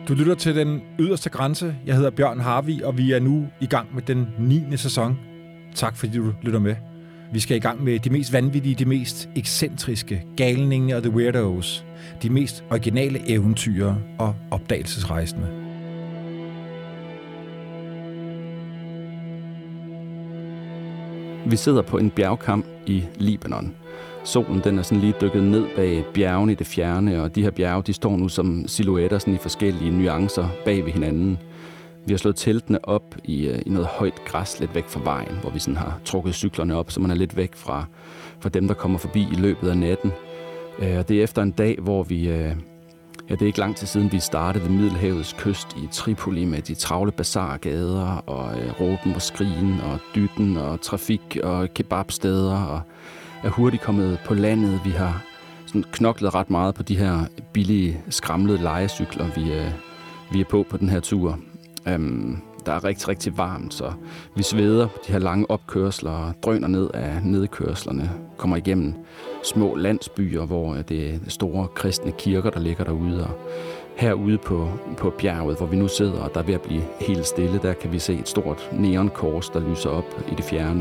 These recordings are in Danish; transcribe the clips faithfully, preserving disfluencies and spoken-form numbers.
Du lytter til Den Yderste Grænse. Jeg hedder Bjørn Harvig, og vi er nu i gang med den niende sæson. Tak fordi du lytter med. Vi skal i gang med de mest vanvittige, de mest ekscentriske, galninge og the weirdos. De mest originale eventyr og opdagelsesrejsende. Vi sidder på en bjergkam i Libanon. Solen den er sådan lige dykket ned bag bjergene i det fjerne, og de her bjerge de står nu som silhuetter sådan i forskellige nuancer bag ved hinanden. Vi har slået teltene op i, i noget højt græs lidt væk fra vejen, hvor vi sådan har trukket cyklerne op, så man er lidt væk fra, fra dem, der kommer forbi i løbet af natten. Og det er efter en dag, hvor vi... Ja, det er ikke lang tid siden, vi startede ved Middelhavets kyst i Tripoli med de travle bazargader og øh, råben og skrigen og dytten og trafik og kebabsteder og er hurtigt kommet på landet. Vi har sådan knoklet ret meget på de her billige, skramlede lejecykler, vi, øh, vi er på på den her tur. Um, der er rigtig, rigtig varmt, så vi sveder på de her lange opkørsler og drøner ned af nedkørslerne, kommer igennem små landsbyer, hvor det er store kristne kirker, der ligger derude. Og herude på, på bjerget, hvor vi nu sidder, og der er ved at blive helt stille, der kan vi se et stort neonkors, der lyser op i det fjerne.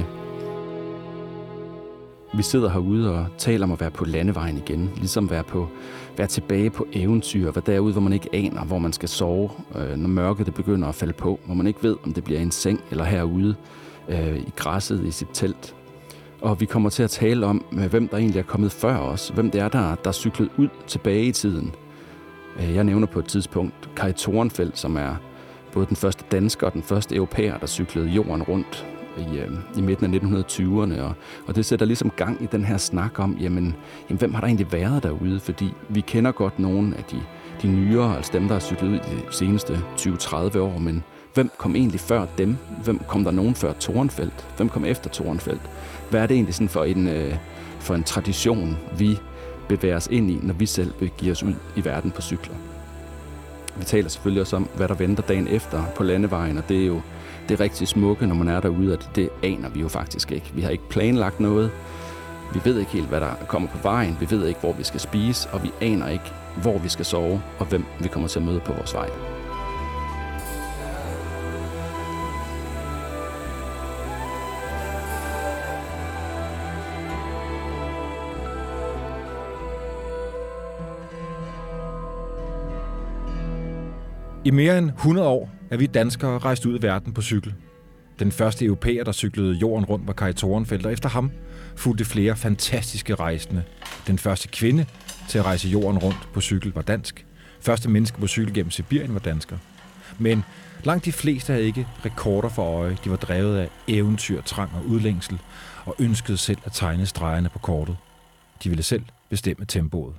Vi sidder herude og taler om at være på landevejen igen, ligesom være, på, være tilbage på eventyr, være derude, hvor man ikke aner, hvor man skal sove, øh, når mørket det begynder at falde på, hvor man ikke ved, om det bliver en seng eller herude øh, i græsset i sit telt. Og vi kommer til at tale om, hvem der egentlig er kommet før os, hvem det er, der, der er cyklet ud tilbage i tiden. Jeg nævner på et tidspunkt Kai Torenfeldt, som er både den første dansker og den første europæer, der cyklede jorden rundt i, øh, i midten af nitten tyverne, og, og det sætter ligesom gang i den her snak om, jamen, jamen hvem har der egentlig været derude, fordi vi kender godt nogle af de, de nyere, altså dem, der har cyklet ud i de seneste tyve til tredive år, men hvem kom egentlig før dem? Hvem kom der nogen før Torenfeldt? Hvem kom efter Torenfeldt? Hvad er det egentlig sådan for en, øh, for en tradition, vi bevæger os ind i, når vi selv begiver os ud i verden på cykler? Vi taler selvfølgelig også om, hvad der venter dagen efter på landevejen, og det er jo det rigtig smukke, når man er derude, og det, det aner vi jo faktisk ikke. Vi har ikke planlagt noget. Vi ved ikke helt, hvad der kommer på vejen. Vi ved ikke, hvor vi skal spise, og vi aner ikke, hvor vi skal sove, og hvem vi kommer til at møde på vores vej. I mere end hundrede år er vi danskere rejst ud i verden på cykel. Den første europæer, der cyklede jorden rundt, var Kai Torenfeldt, og efter ham fulgte flere fantastiske rejsende. Den første kvinde til at rejse jorden rundt på cykel var dansk. Første menneske på cykel gennem Sibirien var dansker. Men langt de fleste havde ikke rekorder for øje. De var drevet af eventyr, trang og udlængsel, og ønskede selv at tegne stregerne på kortet. De ville selv bestemme tempoet.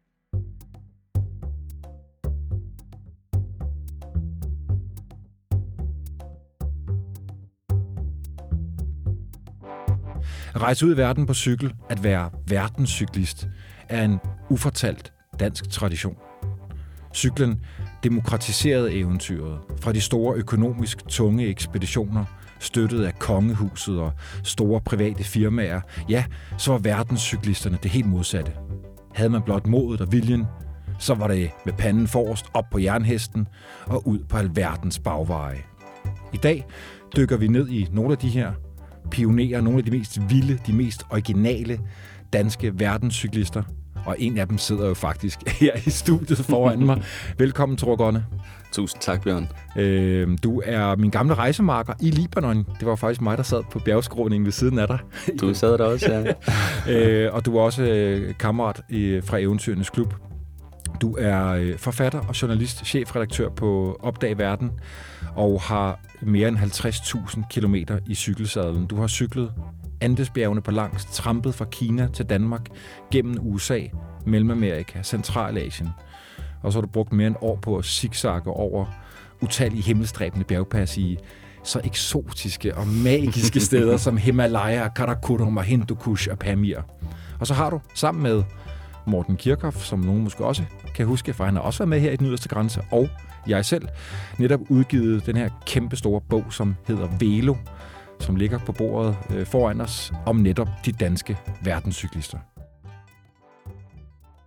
At rejse ud i verden på cykel, at være verdenscyklist, er en ufortalt dansk tradition. Cyklen demokratiserede eventyret fra de store økonomisk tunge ekspeditioner, støttet af kongehuset og store private firmaer. Ja, så var verdenscyklisterne det helt modsatte. Havde man blot modet og viljen, så var det med panden forrest op på jernhesten og ud på alverdens bagveje. I dag dykker vi ned i nogle af de her pionerer, nogle af de mest vilde, de mest originale danske verdenscyklister. Og en af dem sidder jo faktisk her i studiet foran mig. Velkommen, Thor Gonne. Tusind tak, Bjørn. Øh, du er min gamle rejsemarker i Libanon. Det var faktisk mig, der sad på bjergskråningen ved siden af dig. Du sad der også, ja. øh, og du er også øh, kammerat i, fra Eventyrernes Klub. Du er øh, forfatter og journalist, chefredaktør på Opdag Verden, og har mere end halvtreds tusind kilometer i cykelsadlen. Du har cyklet Andesbjergene på langs, trampet fra Kina til Danmark, gennem U S A, Mellemamerika, Centralasien. Og så har du brugt mere end år på at zigzagge over utallige himmelstræbende bjergpas i så eksotiske og magiske steder som Himalaya, Karakorum og Hindukush og Pamir. Og så har du sammen med Morten Kirchhoff, som nogen måske også kan huske, for han har også været med her i Den Yderste Grænse, og jeg selv, netop udgivet den her kæmpe store bog, som hedder Velo, som ligger på bordet øh, foran os, om netop de danske verdenscyklister.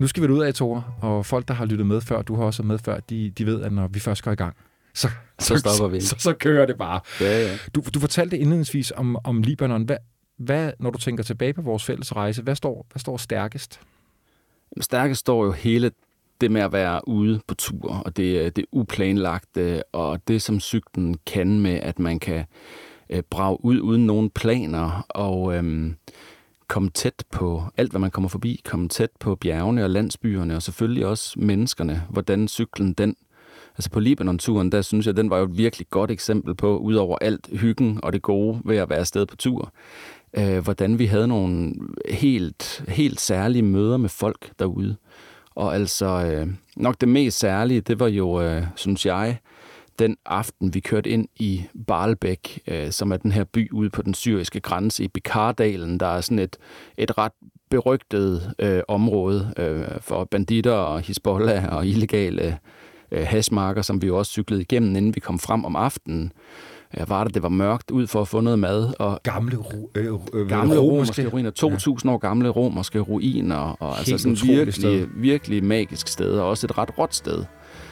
Nu skal vi ud af, Tore, og folk, der har lyttet med før, du har også været med før, de, de ved, at når vi først går i gang, så, så stopper vi. Så, så, så kører det bare. Ja, ja. Du, du fortalte indledningsvis om, om Libanon. Hvad, hvad, når du tænker tilbage på vores fælles rejse, hvad står, hvad står stærkest? Stærkest står jo hele det med at være ude på tur, og det, det uplanlagte, og det, som cyklen kan med, at man kan øh, brage ud uden nogen planer, og øh, komme tæt på alt, hvad man kommer forbi, komme tæt på bjergene og landsbyerne, og selvfølgelig også menneskerne, hvordan cyklen den, altså på Libanon-turen, der synes jeg, den var jo et virkelig godt eksempel på, udover alt hyggen og det gode ved at være afsted på tur, øh, hvordan vi havde nogle helt, helt særlige møder med folk derude. Og altså, øh, nok det mest særlige, det var jo, øh, synes jeg, den aften, vi kørte ind i Baalbek, øh, som er den her by ude på den syriske grænse i Beqar-dalen. Der er sådan et, et ret berygtet øh, område øh, for banditter og Hizbollah og illegale øh, hashmarker, som vi jo også cyklede igennem, inden vi kom frem om aftenen. Ja, var det, det var mørkt ud for at få noget mad. Og gamle ro, øh, øh, gamle romerske ruiner, to tusind år gamle romerske ruiner, og altså sådan virkelig, sted. virkelig magisk sted, og også et ret råt sted.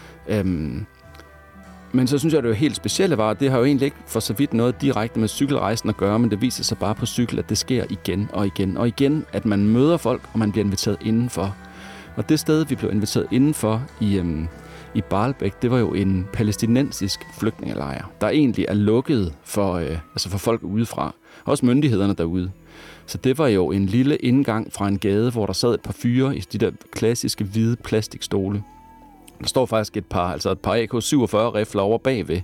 Øhm, men så synes jeg, det jo helt specielle var, at det har jo egentlig ikke for så vidt noget direkte med cykelrejsen at gøre, men det viser sig bare på cykel, at det sker igen og igen og igen, at man møder folk, og man bliver inviteret indenfor. Og det sted, vi blev inviteret indenfor i... Øhm, I Baalbek, det var jo en palæstinensisk flygtningelejr, der egentlig er lukket for, øh, altså for folk udefra. Også myndighederne derude. Så det var jo en lille indgang fra en gade, hvor der sad et par fyre i de der klassiske hvide plastikstole. Der står faktisk et par, altså et par A K syvogfyrre-rifler over bagved.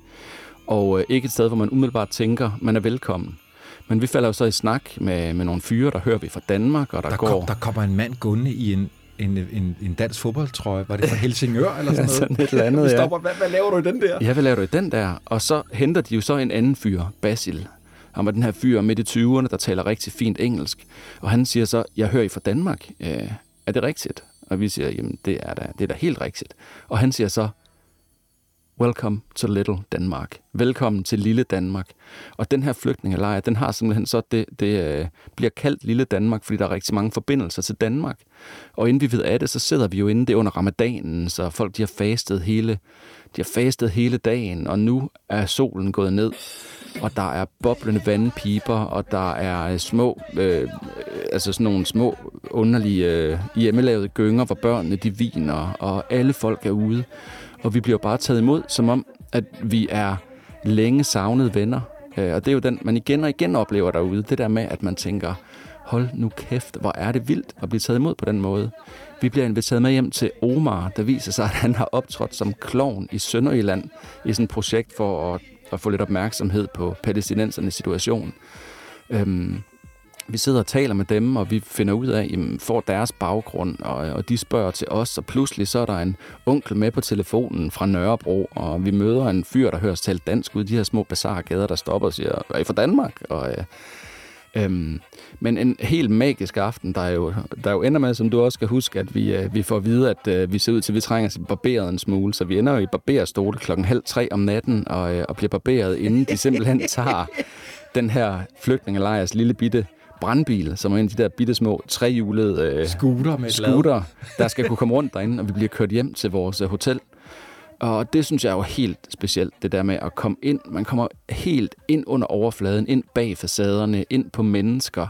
Og øh, ikke et sted, hvor man umiddelbart tænker, man er velkommen. Men vi falder jo så i snak med, med nogle fyre, der hører vi fra Danmark, og der, der går... Kom, der kommer en mand gående i en... En, en, en dansk fodboldtrøje. Var det fra Helsingør eller sådan noget? sådan et eller andet, ja. Stopper. Hvad, hvad laver du i den der? Ja, hvad laver du i den der? Og så henter de jo så en anden fyr, Basil. Han var den her fyr midt i tyverne, der taler rigtig fint engelsk. Og han siger så, jeg hører I fra Danmark. Øh, er det rigtigt? Og vi siger, jamen det er da, det er da helt rigtigt. Og han siger så, welcome to little Denmark. Velkommen til lille Danmark. Og den her flygtningelejr, den har simpelthen så, det, det øh, bliver kaldt lille Danmark, fordi der er rigtig mange forbindelser til Danmark. Og inden vi ved af det, så sidder vi jo inde, det er under ramadanen, så folk de har fastet hele, de har fastet hele dagen, og nu er solen gået ned, og der er boblende vandpiber, og der er små, øh, altså sådan nogle små underlige øh, hjemmelavede gynger, hvor børnene de viner, og alle folk er ude. Og vi bliver bare taget imod, som om, at vi er længe savnede venner. Og det er jo den, man igen og igen oplever derude. Det der med, at man tænker, hold nu kæft, hvor er det vildt at blive taget imod på den måde. Vi bliver inviteret med hjem til Omar, der viser sig, at han har optrådt som klovn i Sønderjylland i sådan et projekt for at, at få lidt opmærksomhed på palæstinensernes situation. Øhm, Vi sidder og taler med dem, og vi finder ud af, jamen, får deres baggrund, og, og de spørger til os, og pludselig så er der en onkel med på telefonen fra Nørrebro, og vi møder en fyr, der høres talt dansk ud, de her små bizarre gader, der stopper og siger, er I fra Danmark? Og, øh, øhm, men en helt magisk aften, der er jo, der er jo ender med, som du også skal huske, at vi, øh, vi får at vide, at øh, vi ser ud til, at vi trænger til barberet en smule, så vi ender jo i barberstole klokken halv tre om natten, og, øh, og bliver barberet, inden de simpelthen tager den her flygtningelejrs lille bitte brandbil, som er en af de der bittesmå trehjulede øh, scooter, med scooter der skal kunne komme rundt derinde, og vi bliver kørt hjem til vores øh, hotel. Og det synes jeg er jo helt specielt, det der med at komme ind. Man kommer helt ind under overfladen, ind bag facaderne, ind på mennesker.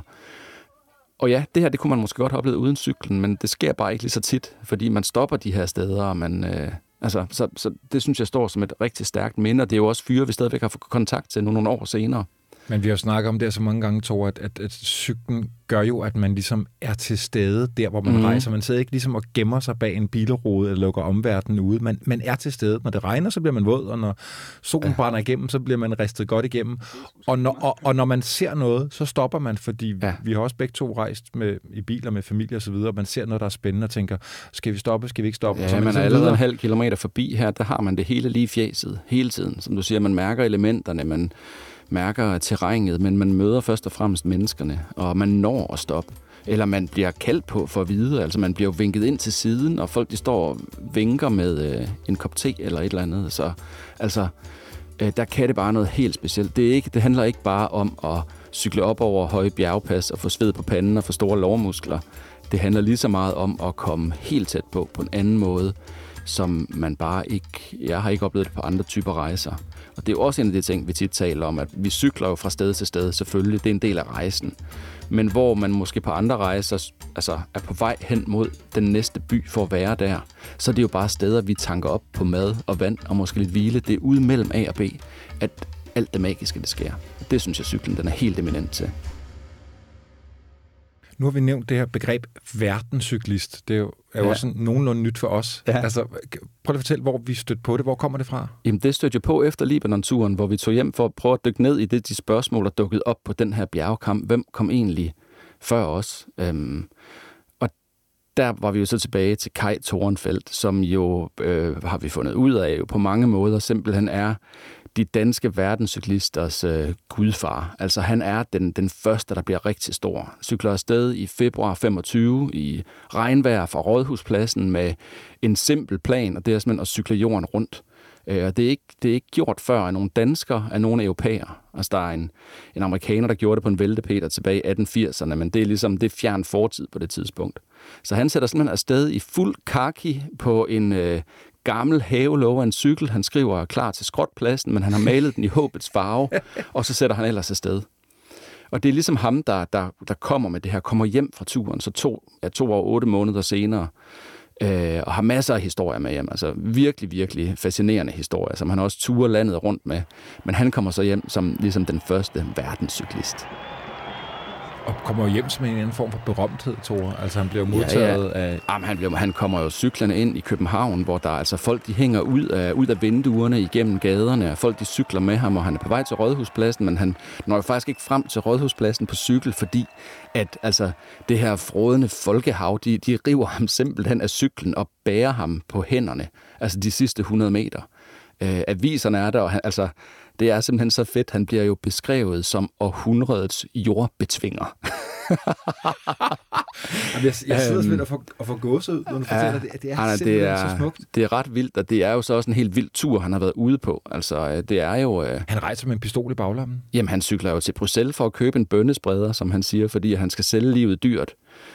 Og ja, det her, det kunne man måske godt have oplevet uden cyklen, men det sker bare ikke lige så tit, fordi man stopper de her steder, og man... Øh, altså, så, så det synes jeg står som et rigtig stærkt minde, og det er jo også fyre, vi stadigvæk har fået kontakt til nogle år senere. Men vi har jo snakket om det så mange gange, Tore, at, at, at cyklen gør jo, at man ligesom er til stede der, hvor man mm. rejser. Man sidder ikke ligesom og gemmer sig bag en bilrude eller lukker omverdenen ude. Man, man er til stede. Når det regner, så bliver man våd, og når solen ja. brænder igennem, så bliver man ristet godt igennem. Og når, og, og når man ser noget, så stopper man, fordi ja. vi har også begge to rejst med, i biler med familie og så videre, og man ser noget, der er spændende og tænker, skal vi stoppe, skal vi ikke stoppe? Ja, så man, man er allerede en halv kilometer forbi her, der har man det hele lige i fjeset, hele tiden. Som du siger, man mærker elementerne, man mærker terrænet, men man møder først og fremmest menneskerne, og man når at stoppe. Eller man bliver kaldt på for at vide, altså man bliver vinket ind til siden, og folk de står og vinker med øh, en kop te eller et eller andet. Så altså, øh, der kan det bare noget helt specielt. Det, er ikke, det handler ikke bare om at cykle op over høje bjergpas og få sved på panden og få store lårmuskler. Det handler lige så meget om at komme helt tæt på, på en anden måde, som man bare ikke... Jeg har ikke oplevet det på andre typer rejser. Og det er jo også en af de ting, vi tit taler om, at vi cykler jo fra sted til sted, selvfølgelig. Det er en del af rejsen. Men hvor man måske på andre rejser altså er på vej hen mod den næste by for at være der, så er det jo bare steder, vi tanker op på mad og vand og måske lidt hvile. Det er ude mellem A og B, at alt det magiske, det sker. Det synes jeg, cyklen den er helt eminent til. Nu har vi nævnt det her begreb verdenscyklist. Det er jo, er jo ja. også nogenlunde nyt for os. Ja. Altså, prøv at fortælle, hvor vi stødte på det. Hvor kommer det fra? Jamen, det stødte jo på efter Libanon-turen, hvor vi tog hjem for at prøve at dykke ned i det, de spørgsmål, der dukkede op på den her bjergkamp. Hvem kom egentlig før os? Øhm, og der var vi jo så tilbage til Kai Thorenfeldt, som jo, øh, har vi fundet ud af, jo på mange måder simpelthen er de danske verdenscyklisters øh, gudfar. Altså han er den, den første, der bliver rigtig stor. Cykler afsted i februar femogtyve i regnvejr fra Rådhuspladsen med en simpel plan, og det er simpelthen at cykle jorden rundt. Øh, og det er, ikke, det er ikke gjort før af nogle danskere, af nogle europæere. Altså der er en, en amerikaner, der gjorde det på en væltepeter tilbage i atten firserne, men det er ligesom det er fjern fortid på det tidspunkt. Så han sætter simpelthen afsted i fuld kaki på en øh, gammel havelåge af en cykel. Han skriver klar til skrotpladsen, men han har malet den i håbets farve, og så sætter han ellers afsted. Og det er ligesom ham, der, der, der kommer med det her, kommer hjem fra turen, så to, ja, to år otte måneder senere, øh, og har masser af historier med hjem. Altså virkelig, virkelig fascinerende historier, som han også turer landet rundt med. Men han kommer så hjem som ligesom den første verdenscyklist. Og kommer hjem som en eller anden form for berømthed, Tore. Altså han bliver modtaget ja, ja. af... Jamen, han, bliver, han kommer jo cyklerne ind i København, hvor der altså folk, de hænger ud af, ud af vinduerne igennem gaderne, og folk, de cykler med ham, og han er på vej til Rådhuspladsen, men han når jo faktisk ikke frem til Rådhuspladsen på cykel, fordi at altså, det her frådende folkehav, de, de river ham simpelthen af cyklen og bærer ham på hænderne, altså de sidste hundrede meter. Øh, aviserne er der, og han, altså... Det er simpelthen så fedt. Han bliver jo beskrevet som århundredets jordbetvinger. jeg, jeg sidder simpelthen og får, og får gåsehud, når du fortæller det. Det er ja, simpelthen det er, så smukt. Det er ret vildt, og det er jo så også en helt vild tur, han har været ude på. Altså, det er jo... Øh... Han rejser med en pistol i baglommen. Jamen, han cykler jo til Bruxelles for at købe en bønnespreder, som han siger, fordi han skal sælge livet dyrt.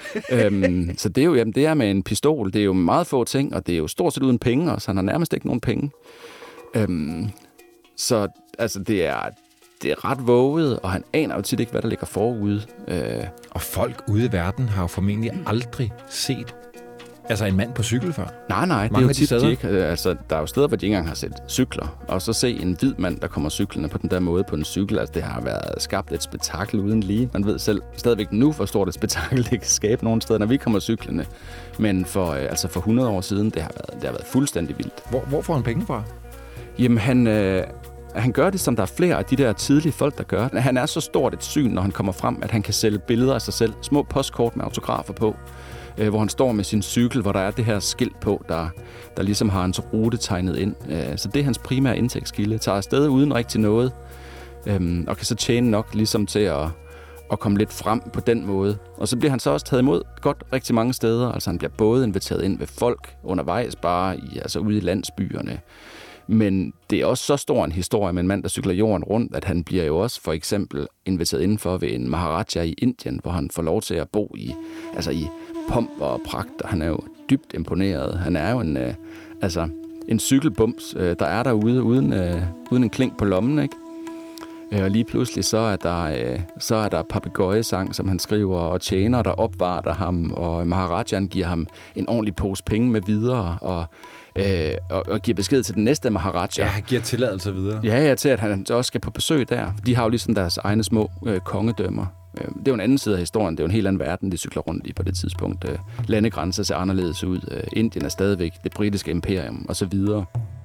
øhm, så det er jo det er med en pistol. Det er jo meget få ting, og det er jo stort set uden penge, og så han har nærmest ikke nogen penge. Øhm, Så altså, det er, det er ret våget, og han aner jo tit ikke, hvad der ligger forude. Øh. Og folk ude i verden har jo formentlig aldrig set altså en mand på cykel før. Nej, nej, det er jo tit, de ikke, altså, der er jo steder, hvor de ikke engang har set cykler. Og så se en hvid mand, der kommer cyklerne på den der måde på en cykel. Altså, det har været skabt et spektakel uden lige. Man ved selv stadigvæk nu, hvor stort et spektakel det kan skabe nogle steder, når vi kommer cyklerne. Men for, altså for hundrede år siden, det har været, det har været fuldstændig vildt. Hvor, hvor får han penge fra? Jamen, han... Øh, Han gør det, som der er flere af de der tidlige folk, der gør. Han er så stort et syn, når han kommer frem, at han kan sælge billeder af sig selv. Små postkort med autografer på, øh, hvor han står med sin cykel, hvor der er det her skilt på, der, der ligesom har hans rute tegnet ind. Øh, så det er hans primære indtægtskilde. Tager afsted uden rigtig noget, øh, og kan så tjene nok ligesom til at, at komme lidt frem på den måde. Og så bliver han så også taget imod godt rigtig mange steder. Altså han bliver både inviteret ind ved folk undervejs, bare i, altså ude i landsbyerne. Men det er også så stor en historie med en mand, der cykler jorden rundt, at han bliver jo også for eksempel inviteret indenfor ved en maharaja i Indien, hvor han får lov til at bo i, altså i pomp og pragt, og han er jo dybt imponeret. Han er jo en, øh, altså en cykelbums, øh, der er derude uden, øh, uden en klink på lommen, ikke? Øh, og lige pludselig så er der, øh, så er der papegøjesang, som han skriver, og tjener, der opvarter ham, og maharajaen giver ham en ordentlig pose penge med videre, og Øh, og, og giver besked til den næste maharaja. Ja, han giver tilladelse videre. Ja, ja, til at han også skal på besøg der. De har jo ligesom deres egne små øh, kongedømmer. Øh, det er jo en anden side af historien. Det er jo en helt anden verden, de cykler rundt i på det tidspunkt. Øh, landegrænser ser anderledes ud. Øh, Indien er stadigvæk det britiske imperium, og så videre.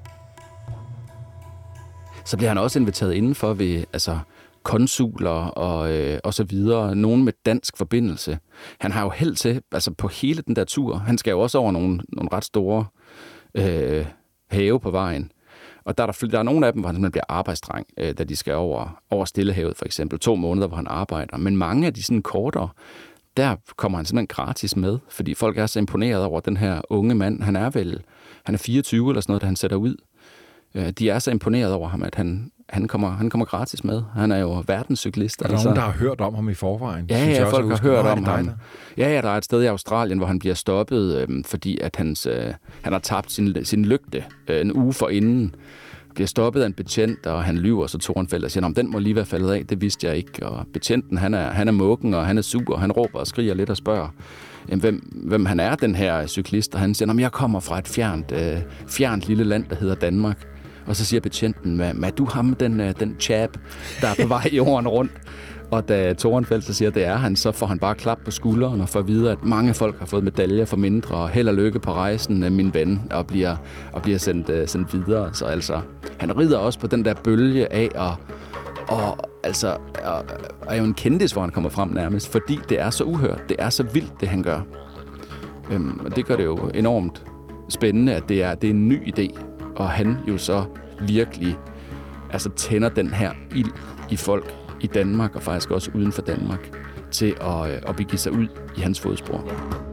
Så bliver han også inviteret indenfor ved altså, konsuler og, øh, og så videre. Nogen med dansk forbindelse. Han har jo held til, altså på hele den der tur. Han skal jo også over nogle, nogle ret store Øh, have på vejen. Og der er, der, der er nogle af dem, hvor han bliver arbejdsdreng, øh, da de skal over, over Stillehavet, for eksempel. To måneder, hvor han arbejder. Men mange af de sådan kortere, der kommer han simpelthen gratis med, fordi folk er så imponeret over den her unge mand. Han er vel, han er fireogtyve eller sådan noget, da han sætter ud. Øh, de er så imponeret over ham, at han, han, kommer, han kommer gratis med. Han er jo verdenscyklist. Er der altså nogen, der har hørt om ham i forvejen? Ja, ja, folk har hørt om ham. Der. Ja, ja, der er et sted i Australien, hvor han bliver stoppet, øh, fordi at hans, øh, han har tabt sin, sin lygte øh, en uge forinden. Bliver stoppet af en betjent, og han lyver, så Tornfeldt og siger, den må lige være faldet af, det vidste jeg ikke. Og betjenten, han er, han er mukken, og han er sur, og han råber og skriger lidt og spørger, hvem, hvem han er, den her cyklist. Og han siger, jeg kommer fra et fjernt, øh, fjernt lille land, der hedder Danmark. Og så siger betjenten, er du ham, den, den chap, der er på vej jorden rundt? Og da Tornfeldt så siger, at det er han, så får han bare klap på skulderen og får at vide, at mange folk har fået medaljer for mindre, og held og lykke på rejsen, min ven, og bliver, og bliver sendt, uh, sendt videre. Så altså, han rider også på den der bølge af, og, og altså, og, er jo en kendis, hvor han kommer frem nærmest, fordi det er så uhørt, det er så vildt, det han gør. Øhm, og det gør det jo enormt spændende, at det er, det er en ny idé, og han jo så virkelig altså, tænder den her ild i folk i Danmark, og faktisk også uden for Danmark, til at, at begive sig ud i hans fodspor.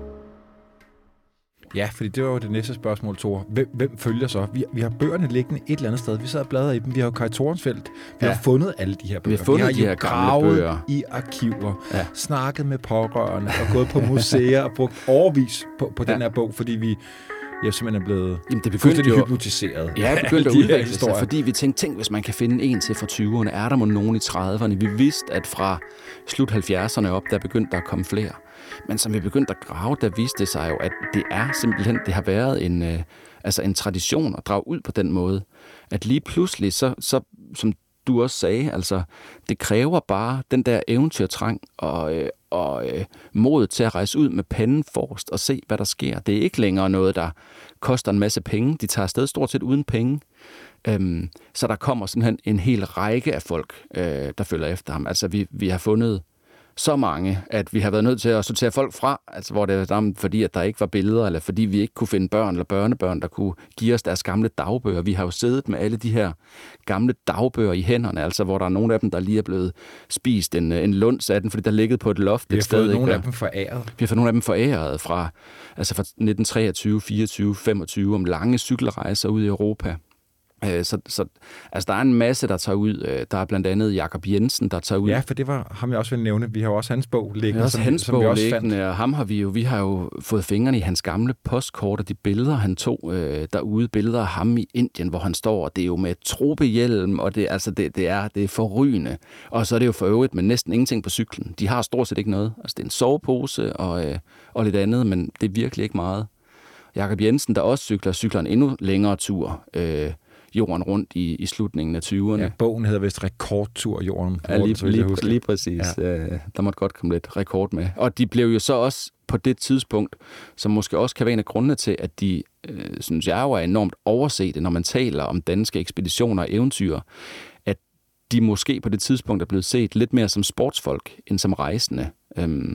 Ja, fordi det var jo det næste spørgsmål, Thor. Hvem, hvem følger så? Vi, vi har bøgerne liggende et eller andet sted. Vi sidder og bladrer i dem. Vi har jo Kaj Tornfeldt. Vi ja. har fundet alle de her bøger. Vi har fundet vi har de her gravet bøger i arkiver, ja. snakket med pårørende og gået på museer og brugt overvis på, på ja. den her bog, fordi vi jeg simpelthen er blevet Jamen, det fuldstændig jo, hypnotiseret. Ja, det begyndte at udvikle sig, fordi vi tænkte, tænk, hvis man kan finde en til fra tyverne, er der må nogen i trediverne? Vi vidste, at fra slut halvfjerdserne op, der begyndte der at komme flere. Men som vi begyndte at grave, der viste det sig jo, at det er simpelthen, det har været en, øh, altså en tradition at drage ud på den måde. At lige pludselig, så, så som du også sagde, altså det kræver bare den der eventyrtrang og, øh, og øh, modet til at rejse ud med panden forrest og se, hvad der sker. Det er ikke længere noget, der koster en masse penge. De tager afsted stort set uden penge. Øhm, så der kommer simpelthen en hel række af folk, øh, der følger efter ham. Altså vi, vi har fundet så mange, at vi har været nødt til at sortere folk fra, altså hvor det var fordi, at der ikke var billeder, eller fordi vi ikke kunne finde børn eller børnebørn, der kunne give os deres gamle dagbøger. Vi har jo siddet med alle de her gamle dagbøger i hænderne, altså hvor der er nogle af dem, der lige er blevet spist en, en lunds af den, fordi der ligget på et loft. Vi har et sted, fået nogle ikke? af dem foræret. Vi har fået nogle af dem foræret fra, altså fra nitten treogtyve, fireogtyve, femogtyve, om lange cykelrejser ud i Europa. Så, så altså, der er en masse, der tager ud. Der er blandt andet Jakob Jensen, der tager ud. Ja, for det var ham, jeg også ville nævne. Vi har jo også hans bog liggende, også som, hans som bog vi også liggende, fandt. Og ham har vi jo, vi har jo fået fingrene i hans gamle postkort, og de billeder, han tog øh, derude, billeder af ham i Indien, hvor han står, og det er jo med tropehjelm, og det, altså, det, det, er, det er forrygende. Og så er det jo for øvrigt med næsten ingenting på cyklen. De har stort set ikke noget. Altså, det er en sovepose og, øh, og lidt andet, men det er virkelig ikke meget. Jakob Jensen, der også cykler, cykler en endnu længere tur, øh, jorden rundt i, i slutningen af tyverne. Ja, bogen hedder vist Rekordtur jorden. Ja, lige, lige, lige præcis. Ja. Øh, der måtte godt komme lidt rekord med. Og de blev jo så også på det tidspunkt, som måske også kan være en af grundene til, at de, øh, synes jeg jo er enormt overset, når man taler om danske ekspeditioner og eventyr, at de måske på det tidspunkt er blevet set lidt mere som sportsfolk, end som rejsende. Øhm,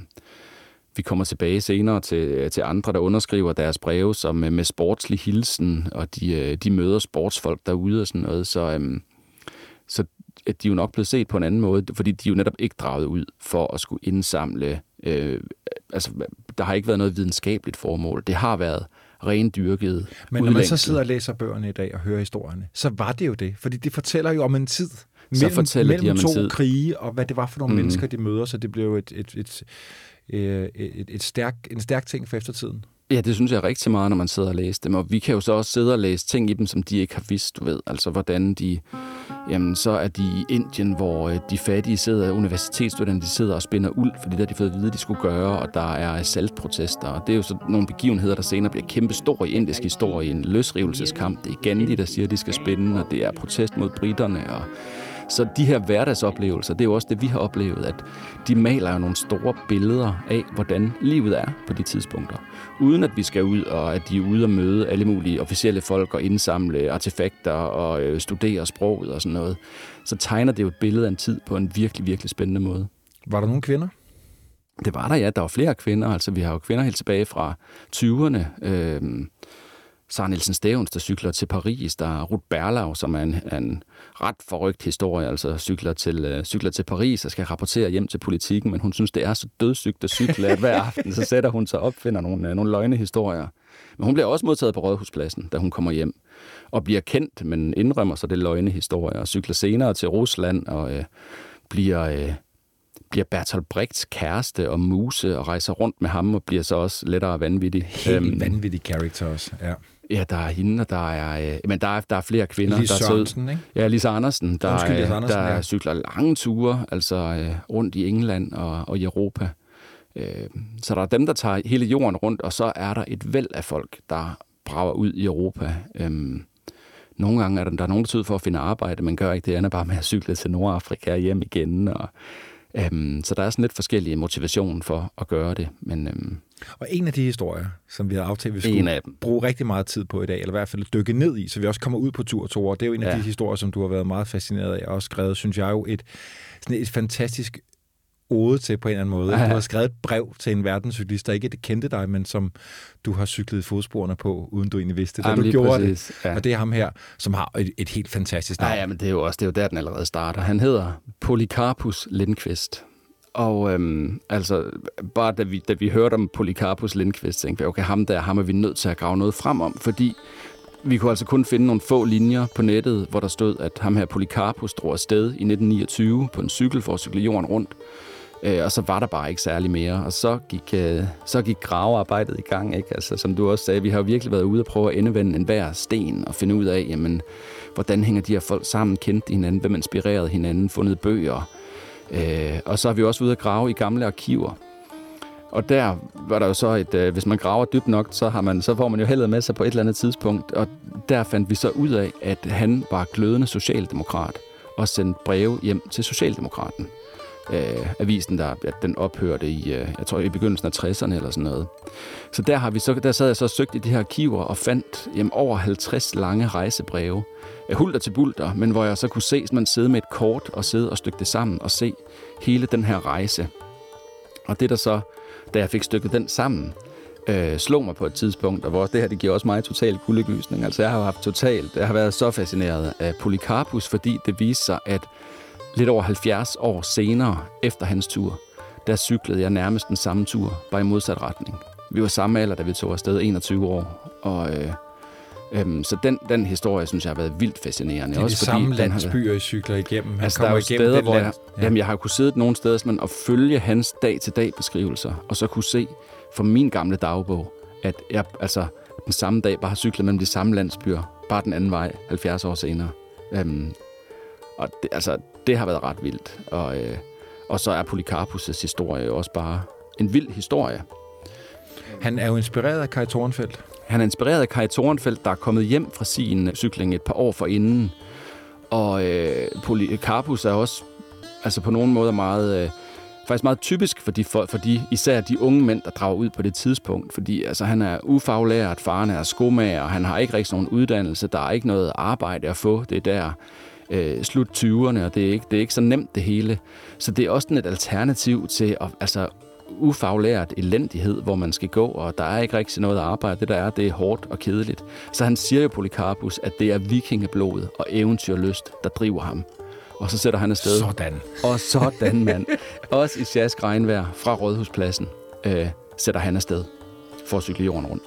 Vi kommer tilbage senere til, til andre, der underskriver deres breve som med sportslig hilsen, og de, de møder sportsfolk derude og sådan noget. Så, øhm, så de er jo nok blevet set på en anden måde, fordi de er jo netop ikke draget ud for at skulle indsamle. Øh, altså, der har ikke været noget videnskabeligt formål. Det har været rendyrket. Men når man så sidder og læser bøgerne i dag og hører historierne, så var det jo det. Fordi det fortæller jo om en tid. Så mellem, fortæller mellem de om to en tid. krige, og hvad det var for nogle mm. mennesker, de møder. Så det blev et... et, et Et, et, et stærk, en stærk ting for eftertiden. Ja, det synes jeg rigtig meget, når man sidder og læser dem. Og vi kan jo så også sidde og læse ting i dem, som de ikke har vidst, du ved. Altså, hvordan de... Jamen, så er de i Indien, hvor de fattige sidder, universitetsstudenter, de sidder og spinder uld, fordi det har de fået at vide, de skulle gøre, og der er saltprotester. Og det er jo så nogle begivenheder, der senere bliver kæmpe store i indisk historie. En løsrivelseskamp. Det er Gandhi, der siger, at de skal spinde, og det er protest mod britterne, og... Så de her hverdagsoplevelser, det er jo også det, vi har oplevet, at de maler jo nogle store billeder af, hvordan livet er på de tidspunkter. Uden at vi skal ud, og at de er ude og møde alle mulige officielle folk og indsamle artefakter og øh, studere sproget og sådan noget. Så tegner det jo et billede af en tid på en virkelig, virkelig spændende måde. Var der nogle kvinder? Det var der, ja. Der var flere kvinder. Altså, vi har jo kvinder helt tilbage fra tyverne. Øh, Sara Nielsen Stevens, der cykler til Paris. Der er Ruth Berlau, som er en, en ret forrygt historie, altså cykler til, uh, cykler til Paris og skal rapportere hjem til Politikken, men hun synes, det er så dødssygt at cykle, at hver aften så sætter hun sig op, finder nogle, uh, nogle løgnehistorier. Men hun bliver også modtaget på Rådhuspladsen, da hun kommer hjem. og bliver kendt, men indrømmer sig det løgnehistorie, og cykler senere til Rusland, og øh, bliver, øh, bliver Bertolt Brechts kæreste og muse, og rejser rundt med ham, og bliver så også lettere vanvittig. Helt øhm, vanvittig karakter også, ja. Ja, der er hende, og der er, øh, men der er, der er flere kvinder. Lise der Sørensen, ikke? Ja, Lise Andersen, der, Undskyld, Lise Andersen, der ja. cykler lange ture, altså øh, rundt i England og, og i Europa. Øh, så der er dem, der tager hele jorden rundt, og så er der et væld af folk, der brager ud i Europa. Øh, nogle gange er der, der er nogen, der tyder for at finde arbejde, men gør ikke det andet bare med at cykle til Nordafrika og hjem igen. Og, øh, så der er sådan lidt forskellige motivation for at gøre det, men... Øh, Og en af de historier, som vi har aftalt, vi skulle bruge rigtig meget tid på i dag, eller i hvert fald dykke ned i, så vi også kommer ud på tur to år, det er jo en af ja. de historier, som du har været meget fascineret af, og også skrevet, synes jeg jo, et, sådan et fantastisk ode til på en eller anden måde. Ja. Du har skrevet et brev til en verdenscyklist, der ikke kendte dig, men som du har cyklet fodsporene på, uden du egentlig vidste, da Jamen, du gjorde præcis. det. Ja. Og det er ham her, som har et, et helt fantastisk navn. Ja, ja, men det er jo også det er jo der, den allerede starter. Han hedder Polycarpus Lindqvist. Og øhm, altså, bare da vi, da vi hørte om Polycarpus Lindqvist, tænkte vi, okay, ham der, ham er vi nødt til at grave noget frem om, fordi vi kunne altså kun finde nogle få linjer på nettet, hvor der stod, at ham her Polycarpus drog afsted i nitten niogtyve på en cykel for at cykle jorden rundt. Øh, og så var der bare ikke særlig mere, og så gik, øh, så gik gravearbejdet i gang, ikke? Altså, som du også sagde, vi har jo virkelig været ude og prøve at endevende enhver sten og finde ud af, jamen, hvordan hænger de her folk sammen, kendte hinanden, hvem inspirerede hinanden, fundet bøger. Øh, og så har vi også ude at grave i gamle arkiver. Og der var der jo så et, øh, hvis man graver dybt nok, så, har man, så får man jo heldet med sig på et eller andet tidspunkt. Og der fandt vi så ud af, at han var glødende socialdemokrat og sendte breve hjem til Socialdemokraten. Øh, avisen, der at den ophørte i, øh, jeg tror, i begyndelsen af tresserne eller sådan noget. Så der, har vi så, der sad jeg så og søgte i de her arkiver og fandt jamen, over halvtreds lange rejsebreve. Hulter til bulter, men hvor jeg så kunne se, at man sidde med et kort og sidde og stykke det sammen og se hele den her rejse. Og det der så, da jeg fik stykket den sammen, øh, slog mig på et tidspunkt, og hvor det her, det giver også mig total kuldegysning. Altså jeg har haft totalt, jeg har været så fascineret af Polycarpus, fordi det viste sig, at lidt over halvfjerds år senere, efter hans tur, der cyklede jeg nærmest den samme tur, bare i modsat retning. Vi var samme alder, da vi tog afsted, enogtyve år, og... Øh, Øhm, så den, den historie, synes jeg, har været vildt fascinerende. Det er også de fordi samme landsbyer, I cykler igennem. Han altså, der er jo steder, hvor jeg, ja. jamen, jeg har kunnet sidde nogle steder men, og følge hans dag-til-dag-beskrivelser, og så kunne se fra min gamle dagbog, at jeg altså, den samme dag bare har cyklet mellem de samme landsbyer, bare den anden vej, halvfjerds år senere. Øhm, og det, altså, det har været ret vildt. Og, øh, og så er Polycarpus' historie også bare en vild historie. Han er jo inspireret af Kai Tornfeldt. Han er inspireret af Kai Tornfeldt, der er kommet hjem fra sin cykling et par år forinden. Og øh, Polycarpus er også altså på nogen måde meget, øh, faktisk meget typisk for de, for, for de, især de unge mænd, der drager ud på det tidspunkt. Fordi altså, han er ufaglært, faren er skomager, han har ikke rigtig nogen uddannelse, der er ikke noget arbejde at få. Det er der øh, slut tyverne, og det er, ikke, det er ikke så nemt det hele. Så det er også et alternativ til at... Altså, ufaglært elendighed, hvor man skal gå, og der er ikke rigtig noget arbejde. Det der er, det er hårdt og kedeligt. Så han siger jo, Polycarpus, at det er vikingeblod og eventyrlyst, der driver ham. Og så sætter han afsted. Sådan. Og sådan, mand. Også i sjask regnvejr fra Rådhuspladsen øh, sætter han afsted for at cykle jorden rundt.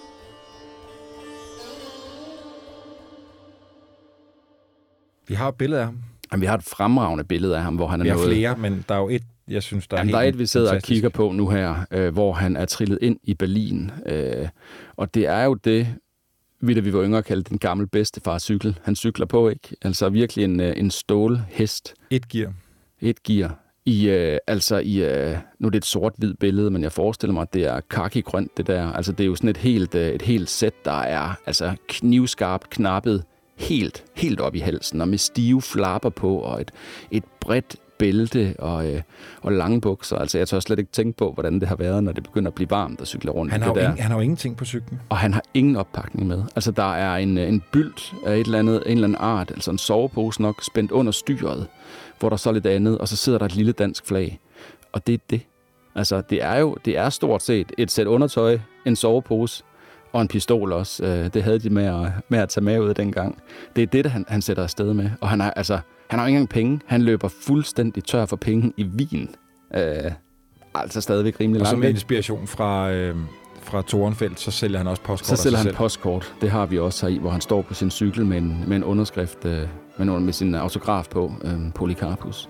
Vi har et billede af ham. Jamen, vi har et fremragende billede af ham, hvor han er vi har noget... flere, men der er jo et, jeg synes, der er Jamen, helt der er et, vi sidder fantastisk. og kigger på nu her, øh, hvor han er trillet ind i Berlin. Øh, og det er jo det, vi da vi var yngre kaldte den gamle bedstefarcykel. Han cykler på, ikke? Altså virkelig en, en stålhest. Et gear. Et gear. I, øh, altså i, øh, nu er det et sort-hvid billede, men jeg forestiller mig, at det er kaki-grønt, det der. Altså det er jo sådan et helt, øh, et helt sæt, der er altså knivskarpt knappet helt, helt op i halsen, og med stive flapper på, og et, et bredt bælte og, øh, og lange bukser. Altså jeg tør slet ikke tænke på, hvordan det har været, når det begynder at blive varmt at cykle rundt. Han har, det jo der. ingen, han har jo ingenting på cyklen. Og han har ingen oppakning med. Altså der er en, en bylt af et eller andet, en eller anden art, altså en sovepose nok, spændt under styret, hvor der så er lidt andet, og så sidder der et lille dansk flag. Og det er det. Altså det er jo det er stort set et sæt undertøj, en sovepose, og en pistol også. Det havde de med at, med at tage med ud dengang. Det er det, han, han sætter afsted med. Og han, er, altså, han har ikke engang penge. Han løber fuldstændig tør for penge i Wien. Øh, altså stadigvæk rimelig langt. Og så med inspiration fra, øh, fra Torenfeldt, så sælger han også postkort. Så sælger han postkort. Det har vi også her i, hvor han står på sin cykel med en, med en underskrift, øh, med, med sin autograf på, øh, Polycarpus.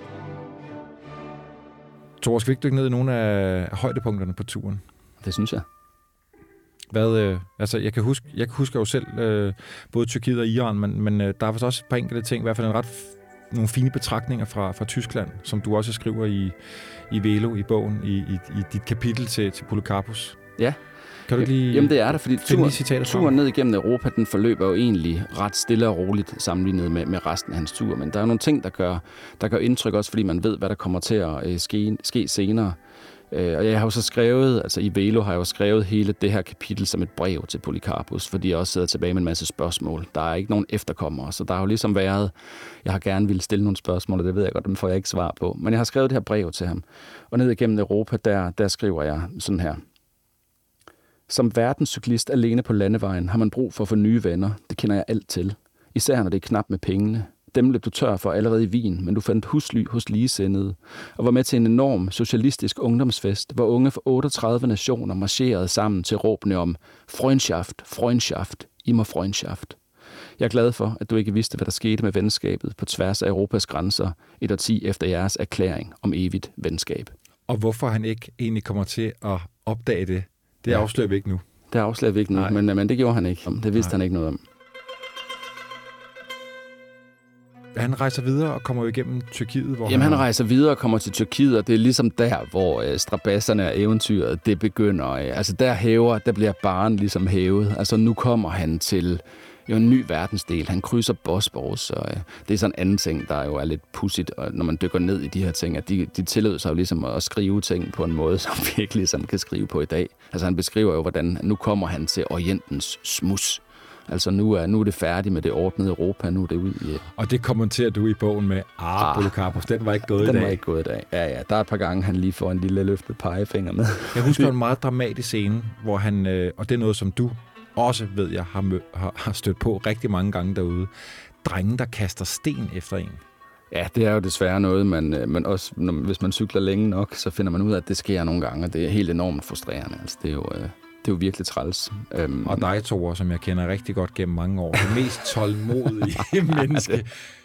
Thor, skal vi ikke dykke ned i nogle af højdepunkterne på turen? Det synes jeg. Hvad, øh, altså, jeg kan huske, jeg kan huske jo selv øh, både Tyrkiet og Iran, men, men øh, der er også et par enkelte ting, i hvert fald en ret f- nogle fine betragtninger fra, fra Tyskland, som du også skriver i, i Velo, i bogen, i, i, i dit kapitel til, til Polycarpus. Ja. Kan du ikke lige Jamen det er der, fordi turen, turen turen ned igennem Europa, den forløber jo egentlig ret stille og roligt sammenlignet med, med resten af hans tur. Men der er nogle ting, der gør, der gør indtryk også, fordi man ved, hvad der kommer til at øh, ske, ske senere. Øh, og jeg har jo så skrevet, altså i Velo har jeg jo skrevet hele det her kapitel som et brev til Polycarpus, fordi jeg også sidder tilbage med en masse spørgsmål. Der er ikke nogen efterkommere, så der har jo ligesom været, jeg har gerne ville stille nogle spørgsmål, og det ved jeg godt, dem får jeg ikke svar på. Men jeg har skrevet det her brev til ham. Og ned igennem Europa, der, der skriver jeg sådan her. Som verdenscyklist alene på landevejen har man brug for at få nye venner. Det kender jeg alt til. Især når det er knap med pengene. Dem løb du tør for allerede i Wien, men du fandt husly hos ligesindede. Og var med til en enorm socialistisk ungdomsfest, hvor unge fra otteogtredive nationer marcherede sammen til råbene om Freundschaft, Freundschaft, immer Freundschaft. Jeg er glad for, at du ikke vidste, hvad der skete med venskabet på tværs af Europas grænser et årti efter jeres erklæring om evigt venskab. Og hvorfor han ikke egentlig kommer til at opdage det, det ja. afslører vi ikke nu. Det afslører vi ikke nu, men, men det gjorde han ikke. Det vidste Nej. han ikke noget om. Han rejser videre og kommer jo igennem Tyrkiet. Hvor Jamen han, han rejser videre og kommer til Tyrkiet, og det er ligesom der, hvor øh, strabasserne og eventyret, det begynder. Øh, altså der hæver, der bliver barren ligesom hævet. Altså nu kommer han til jo en ny verdensdel. Han krydser Bosporus, og øh, det er sådan en anden ting, der jo er lidt pudsigt, og når man dykker ned i de her ting, at de, de tillod sig jo ligesom at skrive ting på en måde, som vi ikke ligesom kan skrive på i dag. Altså han beskriver jo, hvordan nu kommer han til Orientens smus. Altså nu er, nu er det færdigt med det ordnede Europa, nu er det ud i... Og det kommenterer du i bogen med, ah, ah Polycarpus, den var ikke gået den i dag. Den var ikke gået i dag, ja ja. Der er et par gange, han lige får en lille løftet pegefinger med. Jeg husker en meget dramatisk scene, hvor han, øh, og det er noget, som du også ved, jeg har, mø- har, har stødt på rigtig mange gange derude. Drenge, der kaster sten efter en. Ja, det er jo desværre noget, man, man også, når, hvis man cykler længe nok, så finder man ud af, at det sker nogle gange, og det er helt enormt frustrerende. Altså, det er jo... Øh Det er jo virkelig træls. Um, og dig, Thor, som jeg kender rigtig godt gennem mange år. Det mest tålmodige menneske.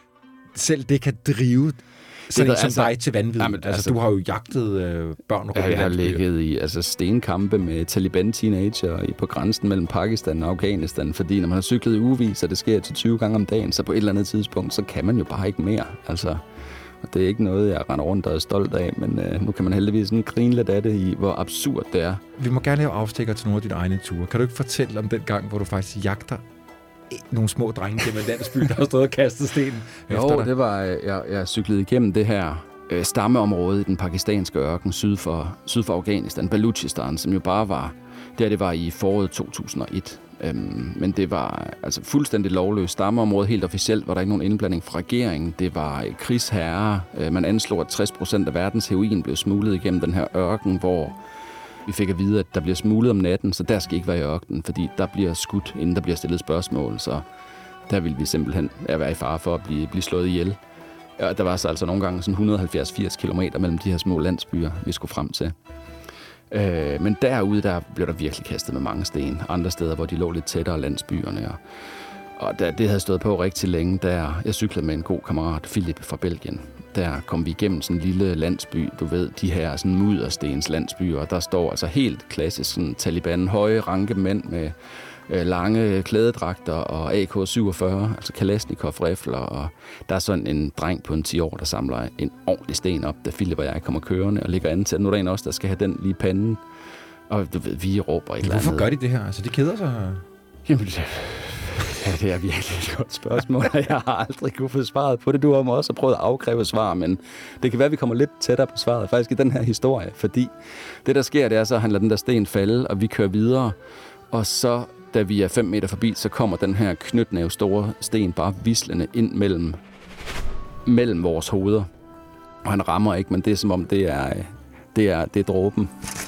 Selv det kan drive sådan en som altså, dig til vanvid. Jamen, altså, altså, du har jo jagtet øh, børn rundt. Ja, jeg har ligget i altså, stenkampe med Taliban-teenager på grænsen mellem Pakistan og Afghanistan, fordi når man har cyklet i ugevis, og det sker til tyve gange om dagen, så på et eller andet tidspunkt, så kan man jo bare ikke mere. Altså... Og det er ikke noget, jeg render rundt og er stolt af, men øh, nu kan man heldigvis sådan grine lidt af det i, hvor absurd det er. Vi må gerne lave afstikker til nogle af dine egne ture. Kan du ikke fortælle om den gang, hvor du faktisk jagter nogle små drenge gennem landsby, der har stået og kastet sten efter dig? Jo, det var, jeg, jeg cyklede igennem det her øh, stammeområde i den pakistanske ørken syd for, syd for Afghanistan, Baluchistan, som jo bare var, der det var i foråret to tusind og et. Øhm, men det var altså fuldstændig lovløst stammeområde, helt officielt var der ikke nogen indblanding fra regeringen. Det var krigsherrer. Øh, man anslog, at tres procent af verdens heroin blev smuglet igennem den her ørken, hvor vi fik at vide, at der bliver smuglet om natten, så der skal ikke være i ørkenen, fordi der bliver skudt, inden der bliver stillet spørgsmål. Så der ville vi simpelthen være i fare for at blive, blive slået ihjel. Ja, der var så altså nogle gange sådan et hundrede og halvfjerds til firs kilometer mellem de her små landsbyer, vi skulle frem til. Øh, men derude, der blev der virkelig kastet med mange sten. Andre steder, hvor de lå lidt tættere landsbyerne. Og, og der, det havde stået på rigtig længe. Der, jeg cyklede med en god kammerat, Philip fra Belgien. Der kom vi igennem sådan en lille landsby. Du ved, de her sådan mudderstens landsbyer. Og der står altså helt klassisk sådan Taliban, høje, ranke mænd med øh, lange klædedragter og A K syvogfyrre, altså Kalashnikov-rifler. Og der er sådan en dreng på en ti år, der samler en ordentlig sten op, da Philip og jeg kommer kørende og ligger an til. Nu er der en også, der skal have den lige i panden. Og du ved, vi råber et eller andet. Hvorfor gør de det her? Altså, de keder sig. Jamen, ja, det er virkelig et godt spørgsmål, og jeg har aldrig kunne få svaret på det. Du har også prøvet at afkræve svar, men det kan være, at vi kommer lidt tættere på svaret faktisk i den her historie, fordi det, der sker, det er, så han lader den der sten falde, og vi kører videre, og så, da vi er fem meter forbi, så kommer den her knytnæve store sten bare vislende ind mellem, mellem vores hoveder. Og han rammer ikke, men det er som om, det er, det er, det er dråben.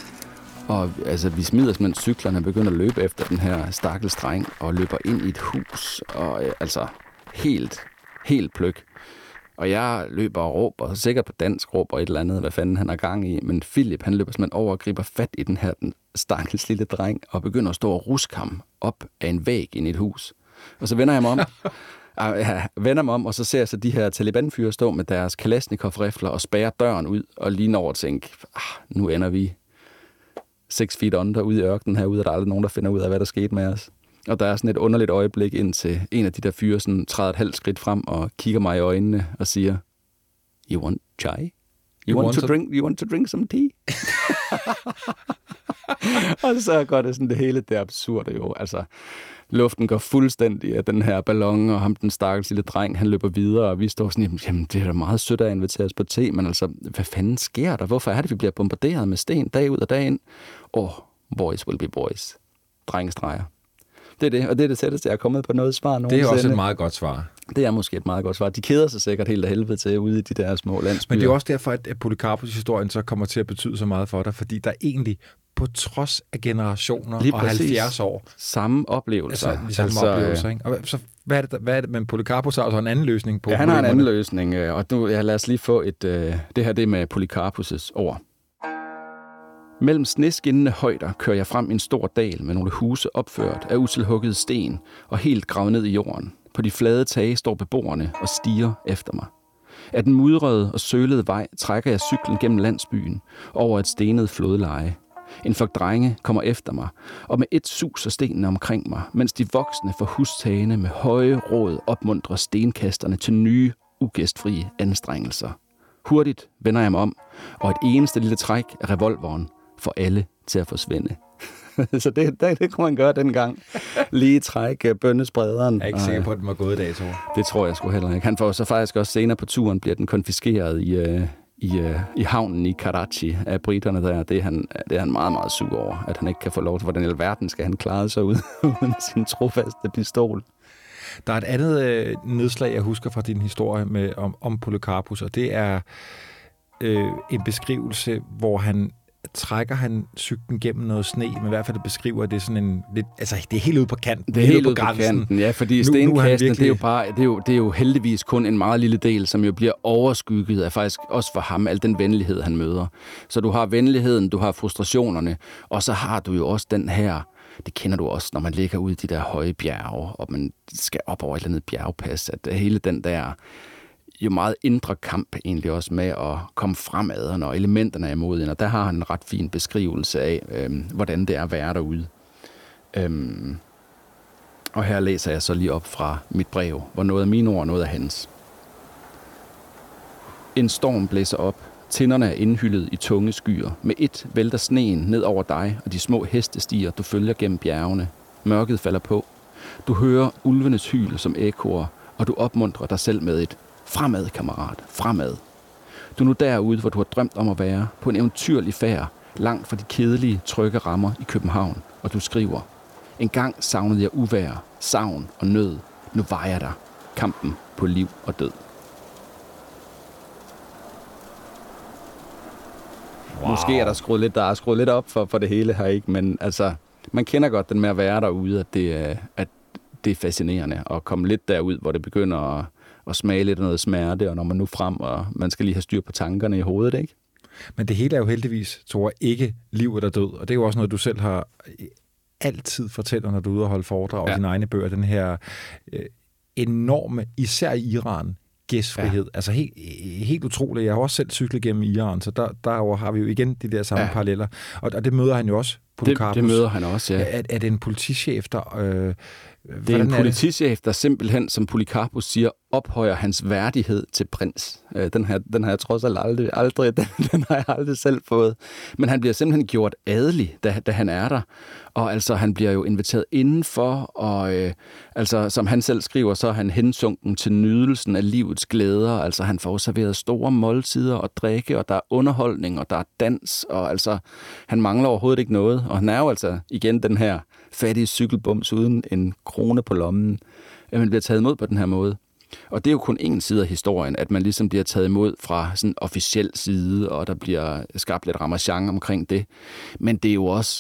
Og altså, vi smider simpelthen cyklerne og begynder at løbe efter den her stakkels dreng og løber ind i et hus. Og øh, altså, helt, helt pløk. Og jeg løber og råber, sikkert på dansk råber et eller andet, hvad fanden han har gang i. Men Philip, han løber simpelthen over og griber fat i den her den stakkels lille dreng, og begynder at stå og ruske ham op af en væg ind i et hus. Og så vender jeg mig om, jeg vender mig om, og så ser jeg så de her Taliban-fyre stå med deres Kalashnikov-rifler og spærre døren ud, og lige når at tænke, ah, nu ender vi seks feet under ude i ørkenen herude, og der er aldrig nogen, der finder ud af, hvad der skete med os. Og der er sådan et underligt øjeblik, indtil en af de der fyre sådan træder et halvt skridt frem og kigger mig i øjnene og siger, You want chai? You, you want, want to drink? You want to drink some tea? Og så går det sådan det hele, det er absurd jo. Altså, luften går fuldstændig af den her ballon, og ham, den stakkels lille dreng, han løber videre, og vi står sådan, jamen det er da meget sødt at invitere os på te, men altså, hvad fanden sker der? Hvorfor er det, vi bliver bombarderet med sten dag ud og dag ind? Åh, oh, boys will be boys. Drengestreger. Det er det, og det er det tætteste, jeg er kommet på noget svar nogensinde. Det er også et meget godt svar. Det er måske et meget godt svar. De keder sig sikkert helt af helvede til ude i de der små landsbyer. Men det er også derfor, at Polycarpus-historien så kommer til at betyde så meget for dig, fordi der egentlig på trods af generationer og halvfjerds år samme oplevelser. Altså, de samme altså, oplevelser, ikke? Og så hvad er det, hvad er det, men Polycarpus har også en anden løsning på ja, han har en anden løsning, og nu, ja, lad os lige få et, uh, det her det med Polycarpus' ord. Mellem sneskinnende højder kører jeg frem en stor dal med nogle huse opført af utilhuggede sten og helt gravet ned i jorden. På de flade tage står beboerne og stiger efter mig. Af den mudrede og sølede vej trækker jeg cyklen gennem landsbyen over et stenet flodleje. En flok drenge kommer efter mig, og med et sus af stenene omkring mig, mens de voksne for hustagene med høje råd opmuntrer stenkasterne til nye, ugæstfrie anstrengelser. Hurtigt vender jeg mig om, og et eneste lille træk af revolveren får alle til at forsvinde. Så det, det, det kunne man gøre dengang. Lige trække bønnesprederen. Jeg er ikke sikker på, at den var gået i dag, Thor. Det tror jeg sgu heller ikke. Han får så faktisk også senere på turen, bliver den konfiskeret i, uh, i, uh, i havnen i Karachi af briterne der. Det er, han, det er han meget, meget sur over, at han ikke kan få lov til. Hvordan i alverden skal han klare sig ud uden sin trofaste pistol? Der er et andet øh, nedslag, jeg husker fra din historie med, om, om Polycarpus, og det er øh, en beskrivelse, hvor han trækker han cyklen gennem noget sne, men i hvert fald det beskriver det sådan en lidt, altså det er helt ude på kanten. Det er helt ude på kanten, ja, fordi stenkastene, virkelig... det er jo bare, det er jo, det er jo heldigvis kun en meget lille del, som jo bliver overskygget af faktisk også for ham, al den venlighed, han møder. Så du har venligheden, du har frustrationerne, og så har du jo også den her, det kender du også, når man ligger ude i de der høje bjerge, og man skal op over et eller andet bjergpas, at hele den der jo meget indre kamp egentlig også med at komme fremad, når elementerne er imod en, og der har han en ret fin beskrivelse af, øhm, hvordan det er at være derude. Øhm, og her læser jeg så lige op fra mit brev, hvor noget af mine ord, noget af hans. En storm blæser op, tinderne er indhyllet i tunge skyer, med et vælter sneen ned over dig og de små hestestier, du følger gennem bjergene. Mørket falder på. Du hører ulvenes hyl som ekkoer, og du opmuntrer dig selv med et fremad, kammerat, fremad. Du er nu derude, hvor du har drømt om at være, på en eventyrlig færd, langt fra de kedelige, trygge rammer i København, og du skriver, en gang savnede jeg uvejr, savn og nød. Nu var jeg der. Kampen på liv og død. Wow. Måske er der skruet lidt, der er skruet lidt op for, for det hele her, ikke? Men altså, man kender godt den med at være derude, at det, at det er fascinerende at komme lidt derud, hvor det begynder at og smage lidt af noget smerte, og når man nu frem, og man skal lige have styr på tankerne i hovedet, ikke? Men det hele er jo heldigvis, tror jeg, ikke liv eller død, og det er jo også noget, du selv har altid fortæller, når du er ude og holde foredrag ja. og dine egne bøger, den her øh, enorme, især i Iran, gæstfrihed. Ja. Altså helt, helt utroligt. Jeg har også selv cyklet gennem Iran, så der, derover har vi jo igen de der samme ja. paralleller. Og, og det møder han jo også, Polycarpus. Det, det møder han også, ja. Er, er det en politichef, der... Øh, det er en politichef, der simpelthen, som Polycarpus siger, ophøjer hans værdighed til prins. Den her, den har jeg trods alt aldrig, aldrig den, den har jeg aldrig selv fået. Men han bliver simpelthen gjort adelig, da, da han er der. Og altså, han bliver jo inviteret indenfor, og øh, altså, som han selv skriver, så er han hensunken til nydelsen af livets glæder. Altså, han får serveret store måltider og drikke, og der er underholdning, og der er dans, og altså, han mangler overhovedet ikke noget. Og han er jo altså igen den her fattige cykelbums uden en krone på lommen, at man bliver taget imod på den her måde. Og det er jo kun en side af historien, at man ligesom bliver taget imod fra sådan en officiel side, og der bliver skabt lidt ramachan omkring det. Men det er jo også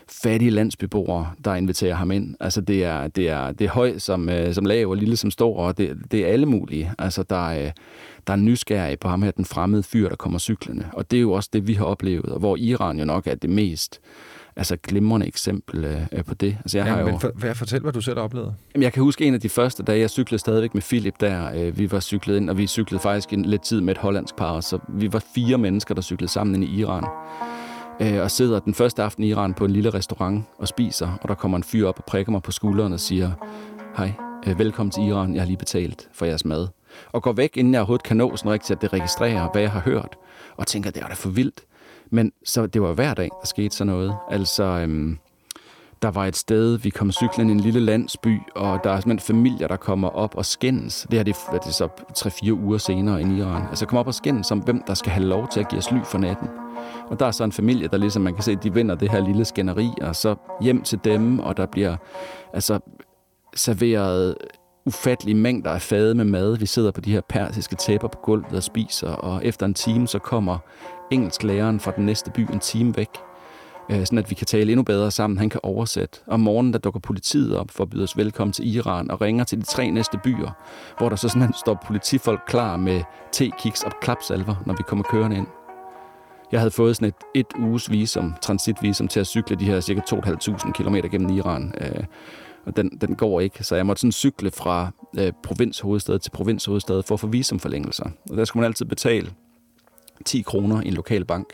fattige landsbyboere, der inviterer ham ind. Altså det er, det er, det er høj som, øh, som lav og lille som stor, og det, det er alle mulige. Altså der er, der er nysgerrige på ham her, den fremmede fyr, der kommer cyklende. Og det er jo også det, vi har oplevet, og hvor Iran jo nok er det mest altså glimrende eksempel øh, på det. Altså, jeg ja, har men jo... for, hvad, fortæl, hvad du selv har oplevet. Jamen, jeg kan huske en af de første dage, jeg cyklede stadigvæk med Philip der. Øh, vi var cyklet ind, og vi cyklede faktisk en lidt tid med et hollandsk par, så vi var fire mennesker, der cyklede sammen ind i Iran. Øh, og sidder den første aften i Iran på en lille restaurant og spiser, og der kommer en fyr op og prikker mig på skulderen og siger, hej, øh, velkommen til Iran, jeg har lige betalt for jeres mad. Og går væk, inden jeg overhovedet kan nå sådan rigtigt, at det registrerer, hvad jeg har hørt, og tænker, det er da for vildt. Men så det var hver dag, der skete sådan noget. Altså, øhm, der var et sted, vi kom cyklen i en lille landsby, og der er simpelthen familier, der kommer op og skændes. Det her det er, det er så tre-fire uger senere i Iran. Altså, kommer op og skændes om, hvem der skal have lov til at give os ly for natten. Og der er så en familie, der ligesom, man kan se, de vinder det her lille skænderi, og så hjem til dem, og der bliver altså serveret ufattelige mængder af fade med mad. Vi sidder på de her persiske tæpper på gulvet og spiser, og efter en time, så kommer engelsklæreren fra den næste by en time væk, sådan at vi kan tale endnu bedre sammen. Han kan oversætte. Om morgenen, der dukker politiet op for at byde os velkommen til Iran og ringer til de tre næste byer, hvor der så sådan står politifolk klar med te, kiks og klapsalver, når vi kommer kørende ind. Jeg havde fået sådan et, et uges visum, transitvisum til at cykle de her cirka to tusind fem hundrede kilometer gennem Iran. Og den, den går ikke, så jeg måtte sådan cykle fra øh, provinshovedstad til provinshovedstad for at få visumforlængelser. Og der skulle man altid betale ti kroner i en lokal bank.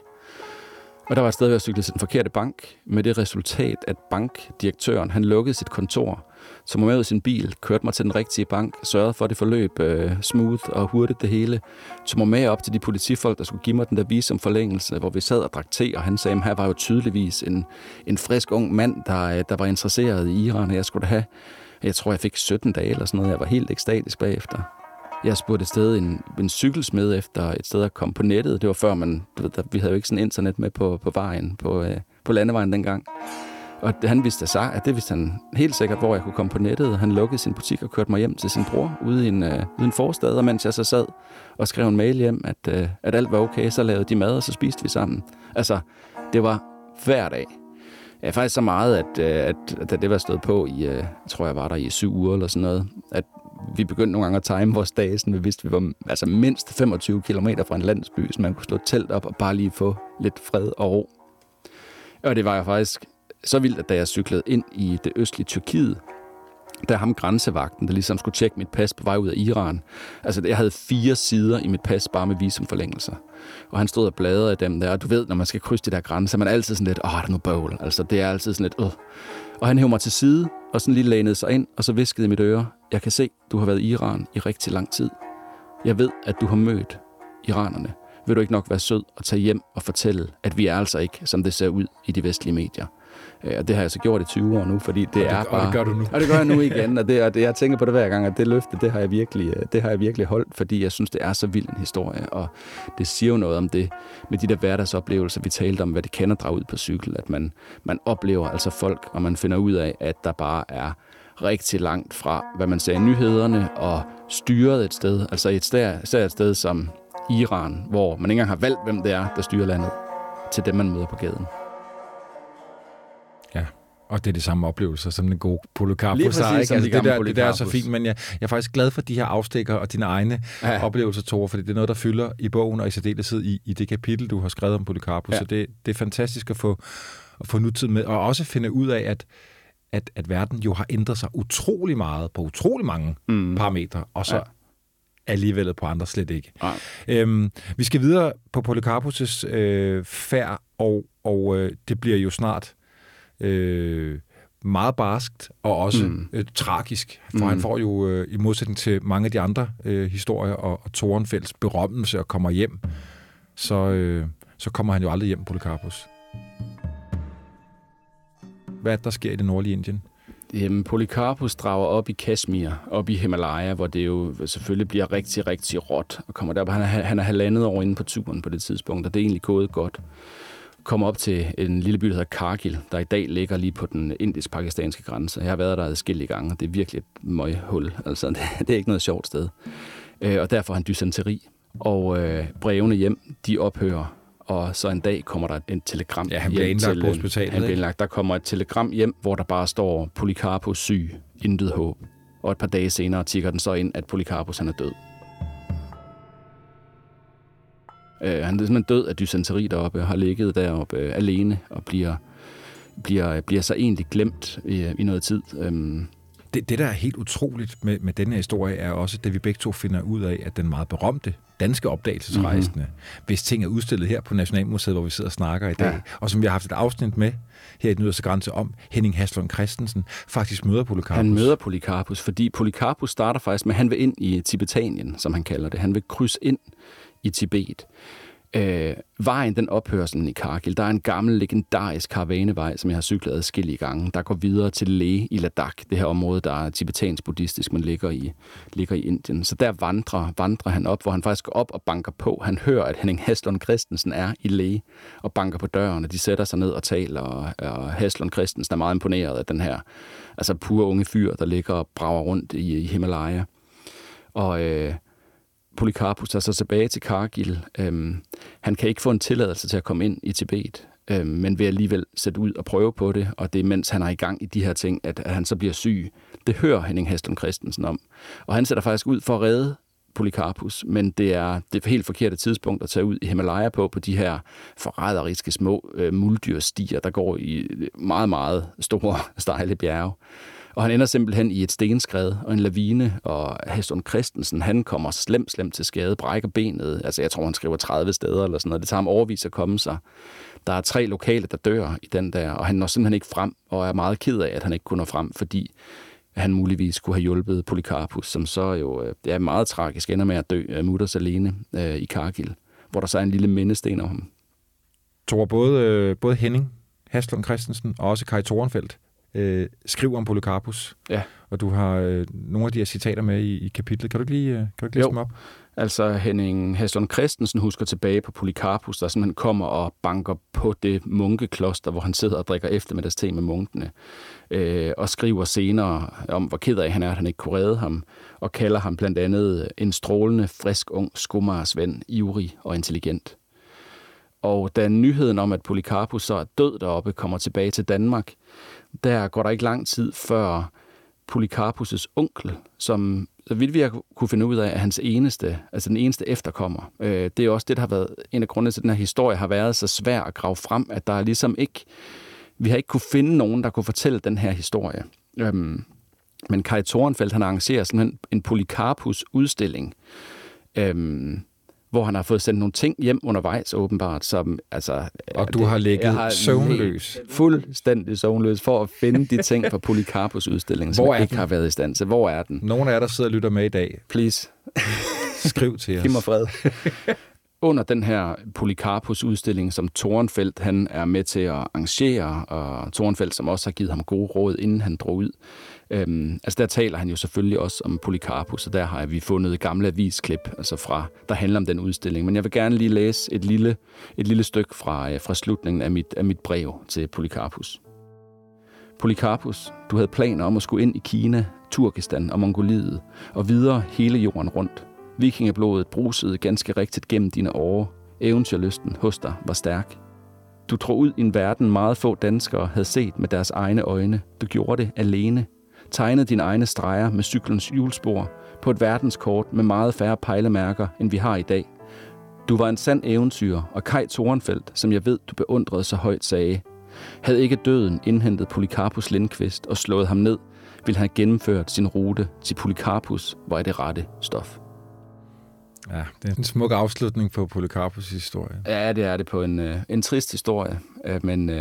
Og der var et sted, hvor jeg cyklede til den forkerte bank, med det resultat, at bankdirektøren, han lukkede sit kontor, tog mig med ud i sin bil, kørte mig til den rigtige bank, sørgede for, at det forløb øh, smooth og hurtigt det hele, tog mig med op til de politifolk, der skulle give mig den der visumforlængelse, hvor vi sad og drak te, og han sagde, at her var jo tydeligvis en, en frisk ung mand, der, der var interesseret i Iran, og jeg skulle da have, jeg tror, jeg fik sytten dage eller sådan noget, jeg var helt ekstatisk bagefter. Jeg spurgte et sted en, en cykelsmed efter et sted at komme på nettet. Det var før man, der, vi havde jo ikke sådan internet med på, på vejen, på, øh, på landevejen dengang. Og han vidste sig, at det vidste han helt sikkert, hvor jeg kunne komme på nettet. Han lukkede sin butik og kørte mig hjem til sin bror ude i en, øh, ude i en forstad. Og mens jeg så sad og skrev en mail hjem, at, øh, at alt var okay, så lavede de mad, og så spiste vi sammen. Altså, det var hver dag. Ja, faktisk så meget, at, at, at det var stået på i, jeg tror jeg var der i syv uger eller sådan noget, at vi begyndte nogle gange at time vores dage, sådan vi vidste, vi var altså mindst femogtyve kilometer fra en landsby, så man kunne slå telt op og bare lige få lidt fred og ro. Og det var jo faktisk så vildt, at da jeg cyklede ind i det østlige Tyrkiet, der ham grænsevagten, der ligesom skulle tjekke mit pas på vej ud af Iran. Altså, jeg havde fire sider i mit pas bare med visumforlængelser. Og han stod og bladrede af dem der, og du ved, når man skal krydse de der grænser, man er altid sådan lidt, åh, der er nu bøvl. Altså, det er altid sådan lidt, øh. Og han hævde mig til side, og sådan lige lænede sig ind, og så viskede i mit øre, jeg kan se, du har været i Iran i rigtig lang tid. Jeg ved, at du har mødt iranerne. Vil du ikke nok være sød og tage hjem og fortælle, at vi er altså ikke, som det ser ud i de vestlige medier. Og det har jeg så gjort i tyve år nu, fordi det, det er bare... Og det gør du nu. Og det gør jeg nu igen, og, det, og det, jeg tænker på det hver gang, at det løfte, det har, jeg virkelig, det har jeg virkelig holdt, fordi jeg synes, det er så vild en historie, og det siger jo noget om det, med de der hverdagsoplevelser, vi talte om, hvad det kan at drage ud på cykel, at man, man oplever altså folk, og man finder ud af, at der bare er rigtig langt fra, hvad man ser i nyhederne, og styret et sted, altså et sted, et sted som Iran, hvor man ikke engang har valgt, hvem det er, der styrer landet, til dem, man møder på gaden. Ja, og det er de samme oplevelser, som den gode Polikarpus Lige præcis, har, ikke? som Altså, de det, der, gamle det der er så Polikarpus. fint, men jeg, jeg er faktisk glad for de her afstikker og dine egne ja. oplevelser, Tore, fordi det er noget, der fylder i bogen, og i særdeleshed i, i det kapitel, du har skrevet om Polikarpus. Ja. Så det, det er fantastisk at få, at få nutid med, og også finde ud af, at, at, at verden jo har ændret sig utrolig meget på utrolig mange mm. parametre, og så ja. alligevel på andre slet ikke. Ja. Øhm, vi skal videre på Polikarpus' øh, færd, og, og øh, det bliver jo snart øh, meget barskt og også mm. øh, tragisk, for mm. han får jo øh, i modsætning til mange af de andre øh, historier og, og Tordenfelds berømmelse og kommer hjem, så, øh, så kommer han jo aldrig hjem, Polikarpus. Hvad er det, der sker i det nordlige Indien? Jamen, Polikarpus drager op i Kashmir, op i Himalaya, hvor det jo selvfølgelig bliver rigtig, rigtig råt, og kommer der. Han er, han er halvandet år inde på turen på det tidspunkt, og det er egentlig gået godt. Kommer op til en lille by, der hedder Kargil, der i dag ligger lige på den indisk-pakistanske grænse. Jeg har været der adskillige gange, og det er virkelig et møghul. Altså, det, det er ikke noget sjovt sted. Øh, og derfor har han dysenteri. Og øh, brevene hjem, de ophører. og så en dag kommer der et telegram ja, han bliver hjem indlagt til, på hospitalet. Han bliver indlagt. Der kommer et telegram hjem, hvor der bare står Polycarpus syg, intet håb. Og et par dage senere tikker den så ind, at Polycarpus han er død. Uh, han er simpelthen død af dysenteri deroppe, og har ligget deroppe uh, alene, og bliver, bliver, bliver så egentlig glemt i, i noget tid. Um, det, det, der er helt utroligt med, med denne historie, er også, det vi begge to finder ud af, at den meget berømte danske opdagelsesrejsende, mm-hmm. hvis ting er udstillet her på Nationalmuseet, hvor vi sidder og snakker i dag, ja. og som vi har haft et afsnit med her i Den Yderste Grænse om, Henning Haslund Christensen, faktisk møder Polycarpus. Han møder Polycarpus, fordi Polycarpus starter faktisk med, at han vil ind i Tibetanien, som han kalder det. Han vil krydse ind i Tibet. Øh, vejen, den ophører sådan i Kargil. Der er en gammel, legendarisk karavannevej, som jeg har cyklet adskillige gange, der går videre til Leh i Ladakh, det her område, der er tibetansk-buddhistisk, men ligger i, ligger i Indien. Så der vandrer, vandrer han op, hvor han faktisk går op og banker på. Han hører, at Henning Haslund Christensen er i Leh og banker på døren, og de sætter sig ned og taler, og, og Haslund Christensen er meget imponeret af den her altså pure unge fyr, der ligger og brager rundt i, i Himalaya. Og øh, Polycarpus tager så tilbage til Kargil. Øhm, han kan ikke få en tilladelse til at komme ind i Tibet, øhm, men vil alligevel sætte ud og prøve på det, og det er mens han er i gang i de her ting, at, at han så bliver syg. Det hører Henning Haslund Christensen om. Og han sætter faktisk ud for at redde Polycarpus, men det er det helt forkerte tidspunkt at tage ud i Himalaya på, på de her forræderiske små øh, muldyrstier, der går i meget, meget store, stejle bjerge. Og han ender simpelthen i et stenskred og en lavine, og Haslund Christensen, han kommer slemt, slemt til skade, brækker benet. Altså, jeg tror, han skriver tredive steder eller sådan noget. Det tager ham overvis at komme sig. Der er tre lokale, der dør i den der, og han når simpelthen ikke frem, og er meget ked af, at han ikke kunne nå frem, fordi han muligvis kunne have hjulpet Polycarpus, som så jo det er meget tragisk, ender med at dø mutters alene øh, i Kargil, hvor der så er en lille mindesten om ham. Tror både, både Henning Haslund Christensen og også Kai Thorenfeldt Øh, skriver om Polycarpus, ja. og du har øh, nogle af de her citater med i, i kapitlet. Kan du ikke lige, øh, kan du ikke læse jo. dem op? Altså Henning Haslund Christensen husker tilbage på Polycarpus, der simpelthen kommer og banker på det munkekloster, hvor han sidder og drikker eftermiddagste med munkene, øh, og skriver senere om, hvor ked af han er, at han ikke kunne redde ham, og kalder ham blandt andet en strålende, frisk, ung skomagersven, ivrig og intelligent. Og da nyheden om, at Polycarpus så er død deroppe, kommer tilbage til Danmark, der går der ikke lang tid før Polycarpus' onkel, som så vidt vi har kunne finde ud af, er hans eneste, altså den eneste efterkommer. Det er også det, der har været en af grundene til, at den her historie har været så svær at grave frem, at der er ligesom ikke, vi har ikke kunne finde nogen, der kunne fortælle den her historie. Men Kai Thorenfeldt, han arrangerer simpelthen en Polycarpus-udstilling, hvor han har fået sendt nogle ting hjem undervejs, åbenbart, som, altså... Og du det, har ligget søvnløs. Fuldstændig søvnløs for at finde de ting fra Polycarpus-udstillingen, som jeg ikke har været i stand til. Hvor er den? Nogle af jer, der sidder og lytter med i dag. Please. Skriv til os. Giv mig fred. Under den her Polycarpus-udstilling, som Thorenfeldt, han er med til at arrangere, og Thorenfeldt, som også har givet ham gode råd, inden han drog ud. Øhm, altså der taler han jo selvfølgelig også om Polycarpus, og der har vi fundet gamle avisklip, altså fra, der handler om den udstilling. Men jeg vil gerne lige læse et lille, et lille stykke fra, fra slutningen af mit, af mit brev til Polycarpus. Polycarpus, du havde planer om at skulle ind i Kina, Turkestan og Mongoliet, og videre hele jorden rundt. Vikingeblodet brusede ganske rigtigt gennem dine årer. Eventyrlysten hos dig var stærk. Du drog ud i en verden, meget få danskere havde set med deres egne øjne. Du gjorde det alene. Tegnede dine egne streger med cyklens hjulspor på et verdenskort med meget færre pejlemærker, end vi har i dag. Du var en sand eventyr, og Kai Thorenfeldt, som jeg ved, du beundrede så højt, sagde, havde ikke døden indhentet Polycarpus Lindqvist og slået ham ned, ville han have gennemført sin rute til Polycarpus, hvor er det rette stof. Ja, det er en smuk afslutning på Polycarpus' historie. Ja, det er det på en, en trist historie, men,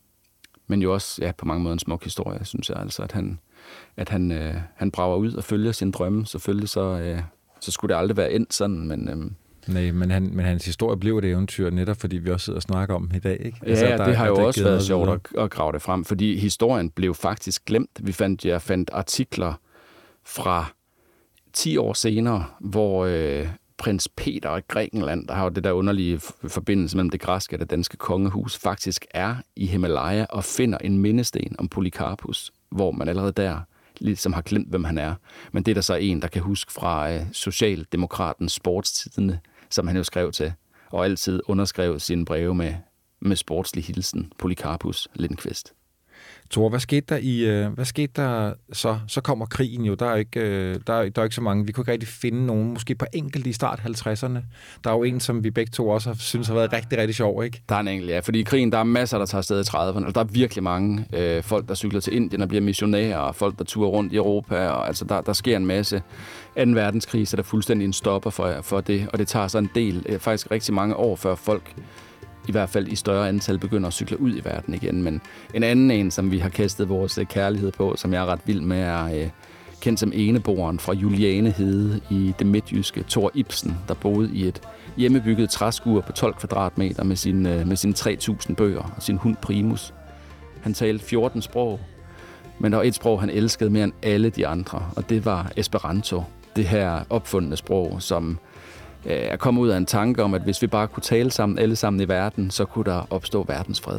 men jo også ja, på mange måder en smuk historie, synes jeg. Altså, at han, at han, han brager ud og følger sin drømme. Selvfølgelig så, så skulle det aldrig være endt sådan, men... Nej, men, han, men hans historie blev et eventyr, netop fordi vi også sidder og snakker om i dag, ikke? Ja, altså, der, det har jo også været sjovt at, at grave det frem, fordi historien blev faktisk glemt. Vi fandt, jeg fandt artikler fra ti år senere, hvor... Øh, prins Peter af Grækenland, der har jo det der underlige forbindelse mellem det græske og det danske kongehus, faktisk er i Himalaya og finder en mindesten om Polycarpus, hvor man allerede der ligesom har glemt, hvem han er. Men det er der så en, der kan huske fra uh, Socialdemokratens Sportstidende, som han jo skrev til. og altid underskrev sine breve med, med sportslig hilsen, Polycarpus Lindqvist. Thor, hvad skete der i øh, hvad skete der så? Så kommer krigen jo. Der er ikke øh, der er, der er ikke så mange. Vi kunne ikke rigtig finde nogen, måske på enkelt i start halvtredserne. Der er jo en, som vi begge to også har, synes har været rigtig, rigtig sjov, ikke? Der er en enkelt, ja. Fordi i krigen, der er masser, der tager afsted i trediverne. Og der er virkelig mange øh, folk, der cykler til Indien og bliver missionærer, og folk, der turer rundt i Europa. Og, altså, der, der sker en masse. anden verdenskrig, så der er fuldstændig en stopper for, for det. Og det tager så en del, øh, faktisk rigtig mange år, før folk i hvert fald i større antal begynder at cykle ud i verden igen. Men en anden en, som vi har kastet vores kærlighed på, som jeg er ret vild med, er øh, kendt som eneboeren fra Julianehede i det midtjyske, Thor Ibsen, der boede i et hjemmebygget træskur på tolv kvadratmeter med, sin, øh, med sine tre tusind bøger og sin hund Primus. Han talte fjorten sprog, men der var et sprog, han elskede mere end alle de andre, og det var Esperanto. Det her opfundne sprog, som er kommet ud af en tanke om, at hvis vi bare kunne tale sammen, alle sammen i verden, så kunne der opstå verdensfred.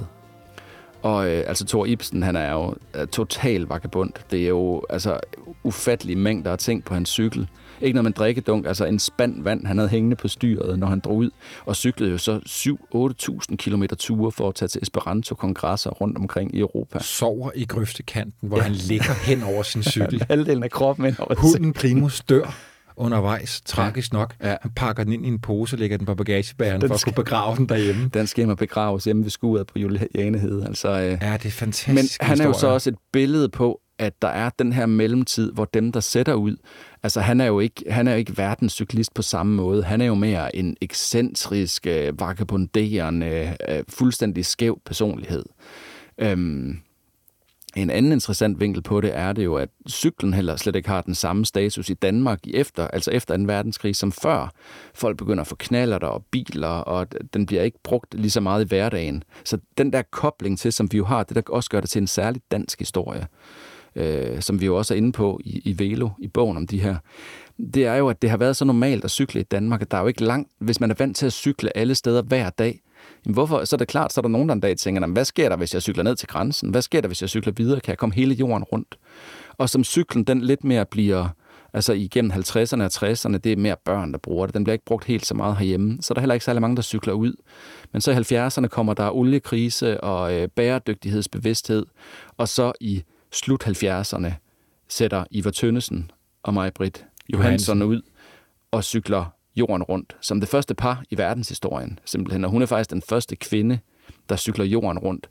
Og øh, altså Thor Ibsen, han er jo er total vagabond. Det er jo altså ufattelige mængder af ting på hans cykel. Ikke noget med drikkedunk, altså en spand vand, han havde hængende på styret, når han drog ud, og cyklede jo så syv til otte tusind kilometer ture for at tage til Esperanto-kongresser rundt omkring i Europa. Sover i grøftekanten, hvor ja. han ligger hen over sin cykel. Halvdelen af kroppen hen over Hunden Primus dør undervejs, tragisk ja. nok. Ja. Han pakker den ind i en pose og lægger den på bagagebæreren for at kunne begrave den derhjemme. Den skal hjemme begraves hjemme ved skuret på Julianehede. Altså, øh, ja, det er fantastisk. Men han er jo historie. så også et billede på, at der er den her mellemtid, hvor dem, der sætter ud, altså han er jo ikke, han er jo ikke verdenscyklist på samme måde. Han er jo mere en ekscentrisk, øh, vagabonderende, øh, fuldstændig skæv personlighed. Øhm, En anden interessant vinkel på det er det jo, at cyklen heller slet ikke har den samme status i Danmark efter, altså efter anden verdenskrig, som før. Folk begynder at få knallerter og biler, og den bliver ikke brugt lige så meget i hverdagen. Så den der kobling til, som vi jo har, det der også gør det til en særlig dansk historie, øh, som vi jo også er inde på i, i Velo, i bogen om de her, det er jo, at det har været så normalt at cykle i Danmark, at der er jo ikke langt, hvis man er vant til at cykle alle steder hver dag. Jamen hvorfor? Så er det klart, så er der nogen, der en dag tænker, hvad sker der, hvis jeg cykler ned til grænsen? Hvad sker der, hvis jeg cykler videre? Kan jeg komme hele jorden rundt? Og som cyklen, den lidt mere bliver, altså igennem halvtredserne og tresserne, det er mere børn, der bruger det. Den bliver ikke brugt helt så meget herhjemme. Så er der heller ikke særlig mange, der cykler ud. Men så i halvfjerdserne kommer der oliekrise og øh, bæredygtighedsbevidsthed. Og så i slut halvfjerdserne sætter Ivar Tønnesen og Maj-Britt Johansson ud og cykler jorden rundt, som det første par i verdenshistorien, simpelthen. Og hun er faktisk den første kvinde, der cykler jorden rundt.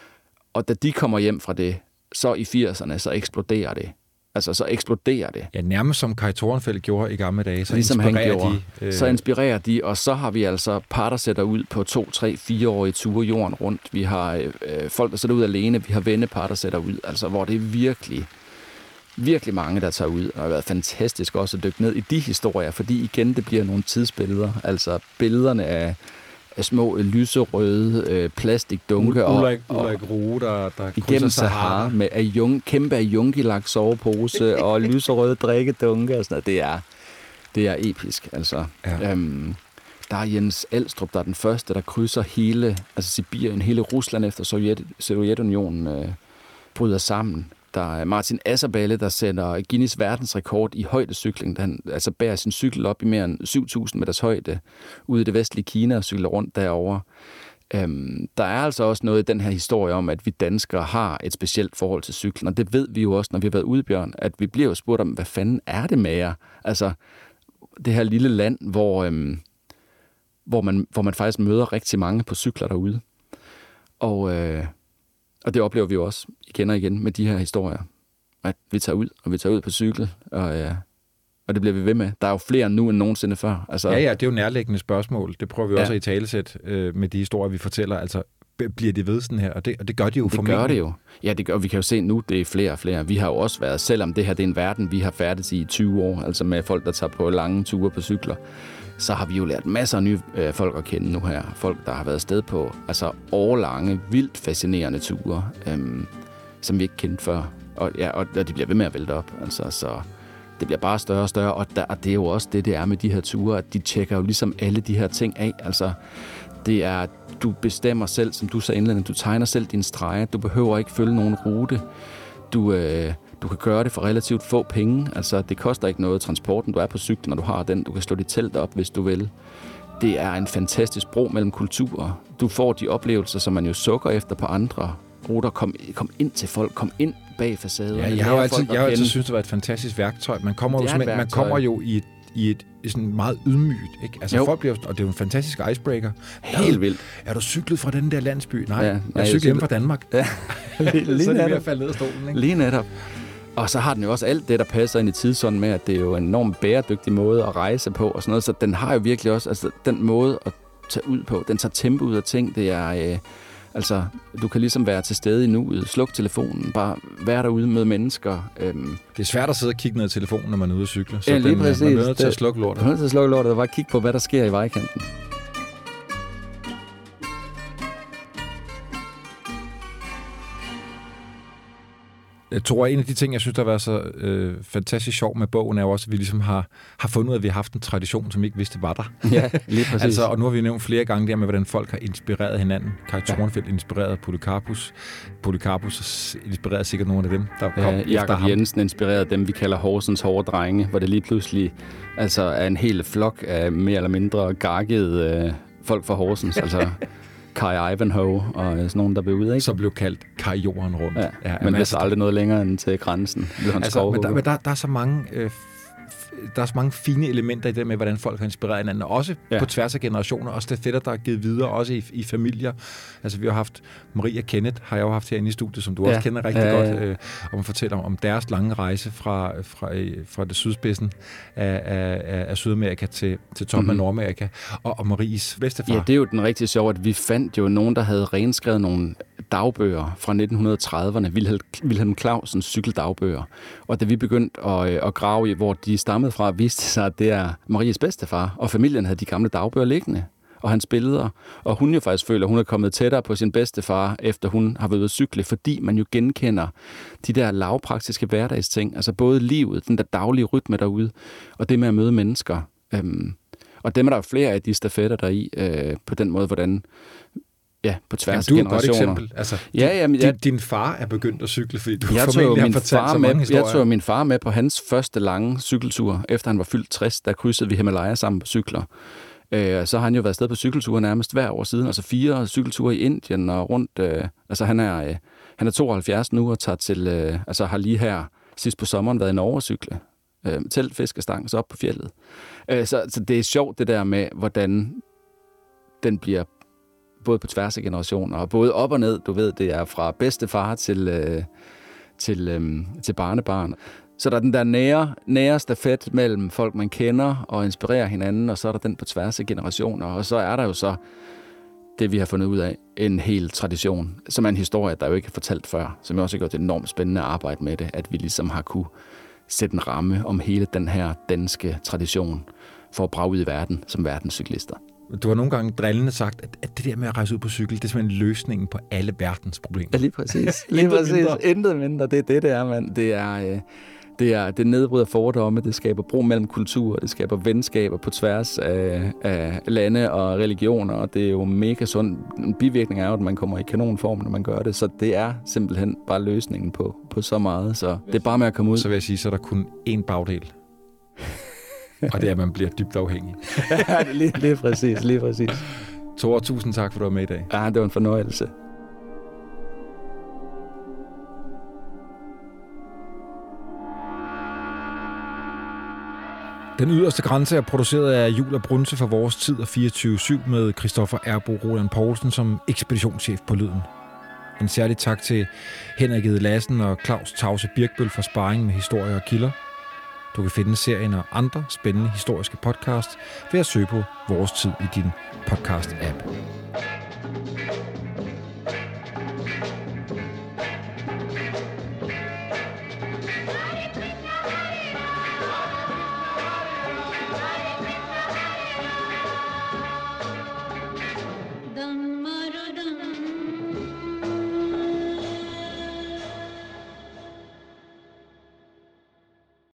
Og da de kommer hjem fra det, så i firserne, så eksploderer det. Altså, så eksploderer det. Ja, nærmest som Kai Thorenfeldt gjorde i gamle dage, så ligesom inspirerer han gjorde, de. Øh... Så inspirerer de, og så har vi altså par, der sætter ud på to, tre, fireårige ture jorden rundt. Vi har øh, folk, der sætter ud alene. Vi har vennepar, der sætter ud. Altså, hvor det er virkelig... virkelig mange, der tager ud, og det har været fantastisk også at dykke ned i de historier, fordi igen, det bliver nogle tidsbilleder, altså billederne af, af små lyserøde øh, plastikdunke og, Ulrik, Ulrik Rue, der, der igennem Sahara med ajung, kæmpe ajungilak sovepose og lyserøde drikkedunke og sådan noget. Det er, det er episk, altså. Ja. Øhm, der er Jens Alstrup, der er den første, der krydser hele, altså Sibirien, hele Rusland efter Sovjet, Sovjetunionen øh, bryder sammen. Der er Martin Asserballe, der sætter Guinness verdensrekord i højdecykling. Han altså bærer sin cykel op i mere end syv tusind meters højde ude i det vestlige Kina og cykler rundt derovre. Øhm, der er altså også noget i den her historie om, at vi danskere har et specielt forhold til cyklen, og det ved vi jo også, når vi har været ude, Bjørn, at vi bliver jo spurgt om, hvad fanden er det med jer? Altså, det her lille land, hvor, øhm, hvor, man, hvor man faktisk møder rigtig mange på cykler derude. Og... Øh, Og det oplever vi jo også igen og igen med de her historier, at vi tager ud, og vi tager ud på cykel, og, ja, og det bliver vi ved med. Der er jo flere nu end nogensinde før. Altså, ja, ja, det er jo nærliggende spørgsmål. Det prøver vi ja. også at i talesæt øh, med de historier, vi fortæller. Altså, bliver det ved sådan her? Og det, og det gør de jo det formentlig. Det gør det jo. Ja, det gør, vi kan jo se nu, det er flere og flere. Vi har jo også været, selvom det her det er en verden, vi har færdigt i tyve år, altså med folk, der tager på lange ture på cykler, så har vi jo lært masser af nye øh, folk at kende nu her. Folk, der har været afsted på altså årlange, vildt fascinerende ture, øhm, som vi ikke kendte før. Og, ja, og, og de bliver ved med at vælte op. Altså, så det bliver bare større og større. Og, der, og det er jo også det, det er med de her ture, at de tjekker jo ligesom alle de her ting af. Altså, det er, du bestemmer selv, som du sagde indledende, du tegner selv dine streger. Du behøver ikke følge nogen rute. Du... Øh, Du kan gøre det for relativt få penge. Altså, det koster ikke noget transporten. Du er på cyklen, når du har den. Du kan slå dit telt op, hvis du vil. det er en fantastisk bro mellem kulturer. Du får de oplevelser, som man jo sukker efter på andre ruter. Kom, kom ind til folk, kom ind bag facaden. Ja, jeg har jo altid, jeg har altid synes, det var et fantastisk værktøj. Man kommer, jo, man, man kommer jo i et, i et sådan meget ydmygt, ikke? Altså jo. Folk bliver, og det er jo en fantastisk icebreaker. Helt vildt. Er du cyklet fra den der landsby? Nej, ja, nej jeg er cyklet hjemme fra Danmark. Ja. Lige så er det ved at falde ned af stolen, ikke? Lige netop. Og så har den jo også alt det, der passer ind i tidsånden med, at det er jo en enormt bæredygtig måde at rejse på og sådan noget. Så den har jo virkelig også, altså den måde at tage ud på, den tager tempo ud af ting. Det er, øh, altså, du kan ligesom være til stede i nuet, sluk telefonen, bare være derude med mennesker. Øhm. Det er svært at sidde og kigge ned i telefonen, når man er ude at cykle. Så ja, lige den, præcis. Man er nødt til at slukke lortet. Man er nødt til at slukke lortet og bare kigge på, hvad der sker i vejkanten. Jeg tror, en af de ting, jeg synes, der har været så øh, fantastisk sjov med bogen, er jo også, at vi ligesom har, har fundet ud af, at vi har haft en tradition, som vi ikke vidste var der. Ja, lige præcis. altså, og nu har vi nævnt flere gange der med, hvordan folk har inspireret hinanden. Kai Tornfeldt inspireret Polycarpus. Polycarpus inspirerede sikkert nogle af dem, der kom ja, efter Jakob ham. Jensen inspirerede dem, vi kalder Horsens hårde drenge, hvor det lige pludselig altså, er en hel flok af mere eller mindre garkede øh, folk fra Horsens. Altså Kai Ivanhoe og sådan nogen, der blev ude, ikke? Som blev kaldt Kai Jorden rundt. Ja, ja, men det er aldrig noget længere end til grænsen. Altså, men der, men der, der er så mange... Øh, der er så mange fine elementer i det med, hvordan folk har inspireret hinanden, også ja. På tværs af generationer, også stafetter, der er givet videre, også i, i familier. Altså, vi har haft Marie og Kenneth, har jeg jo haft herinde i studiet, som du ja. også kender rigtig ja, ja, ja. godt, øh, og man fortæller om, om deres lange rejse fra, fra, fra det sydspidsen af, af, af Sydamerika til, til toppen mm-hmm. af Nordamerika, og, og Maries bedstefar. Ja, det er jo den rigtig sjove, at vi fandt jo nogen, der havde renskrevet nogle dagbøger fra nitten trediverne, Wilhelm Clausens cykeldagbøger. Og da vi begyndte at, at grave i, hvor de stammede fra, viste sig, at det er Maries bedstefar, og familien havde de gamle dagbøger liggende, og hans billeder. Og hun jo faktisk føler, at hun er kommet tættere på sin bedstefar, efter hun har været ude at cykle, fordi man jo genkender de der lavpraktiske hverdagsting, altså både livet, den der daglige rytme derude, og det med at møde mennesker. Øhm, og dem er der jo flere af de stafetter der i, øh, på den måde, hvordan ja, på tværs af generationer. Du er et godt eksempel. Altså, ja, jamen, din, ja. din far er begyndt at cykle, fordi du jeg formentlig har fortalt så mange med, historier. Jeg tog min far med på hans første lange cykeltur, efter han var fyldt tres, der krydsede vi Himalaya sammen på cykler. Øh, så har han jo været afsted på cykelture nærmest hver år siden, altså fire cykelture i Indien og rundt. Øh, altså han er, øh, han er tooghalvfjerds nu og tager til, øh, altså har lige her sidst på sommeren været i Norge at cykle. Øh, telt, fiskestang, så op på fjeldet. Øh, så, så det er sjovt det der med, hvordan den bliver både på tværs af generationer, og både op og ned, du ved, det er fra bedstefar til, øh, til, øh, til barnebarn. Så der er den der nære, nære stafet mellem folk, man kender og inspirerer hinanden, og så er der den på tværs af generationer, og så er der jo så det, vi har fundet ud af, en hel tradition, som er en historie, der jo ikke er fortalt før, som jeg også har gjort et enormt spændende arbejde med det, at vi ligesom har kunne sætte en ramme om hele den her danske tradition for at brage ud i verden som verdenscyklister. Du har nogle gange drillende sagt, at, at det der med at rejse ud på cykel, det er simpelthen løsningen på alle verdens problemer. Ja, lige præcis. Lige præcis. Mindre. Intet mindre. Det er det, det er, mand. Det er, øh, det er, det nedbryder fordomme, det skaber bro mellem kulturer, det skaber venskaber på tværs af, af lande og religioner, og det er jo mega sundt. En bivirkning er jo, at man kommer i kanonform, når man gør det, så det er simpelthen bare løsningen på, på så meget, så det er bare med at komme ud. Så vil jeg sige, så er der kun én bagdel. Og det er, at man bliver dybt afhængig. Ja, lige, lige præcis, lige præcis. Thor, tusind tak, for du var med i dag. Ja, det var en fornøjelse. Den yderste grænse er produceret af Jul og Brunse for Vores Tid og fireogtyve syv med Christoffer Erbo Roland Poulsen som ekspeditionschef på lyden. En særlig tak til Henrik Ede Lassen og Claus Tause Birkbøl for sparring med historier og kilder. Du kan finde serien og andre spændende historiske podcast ved at søge på Vores Tid i din podcast-app.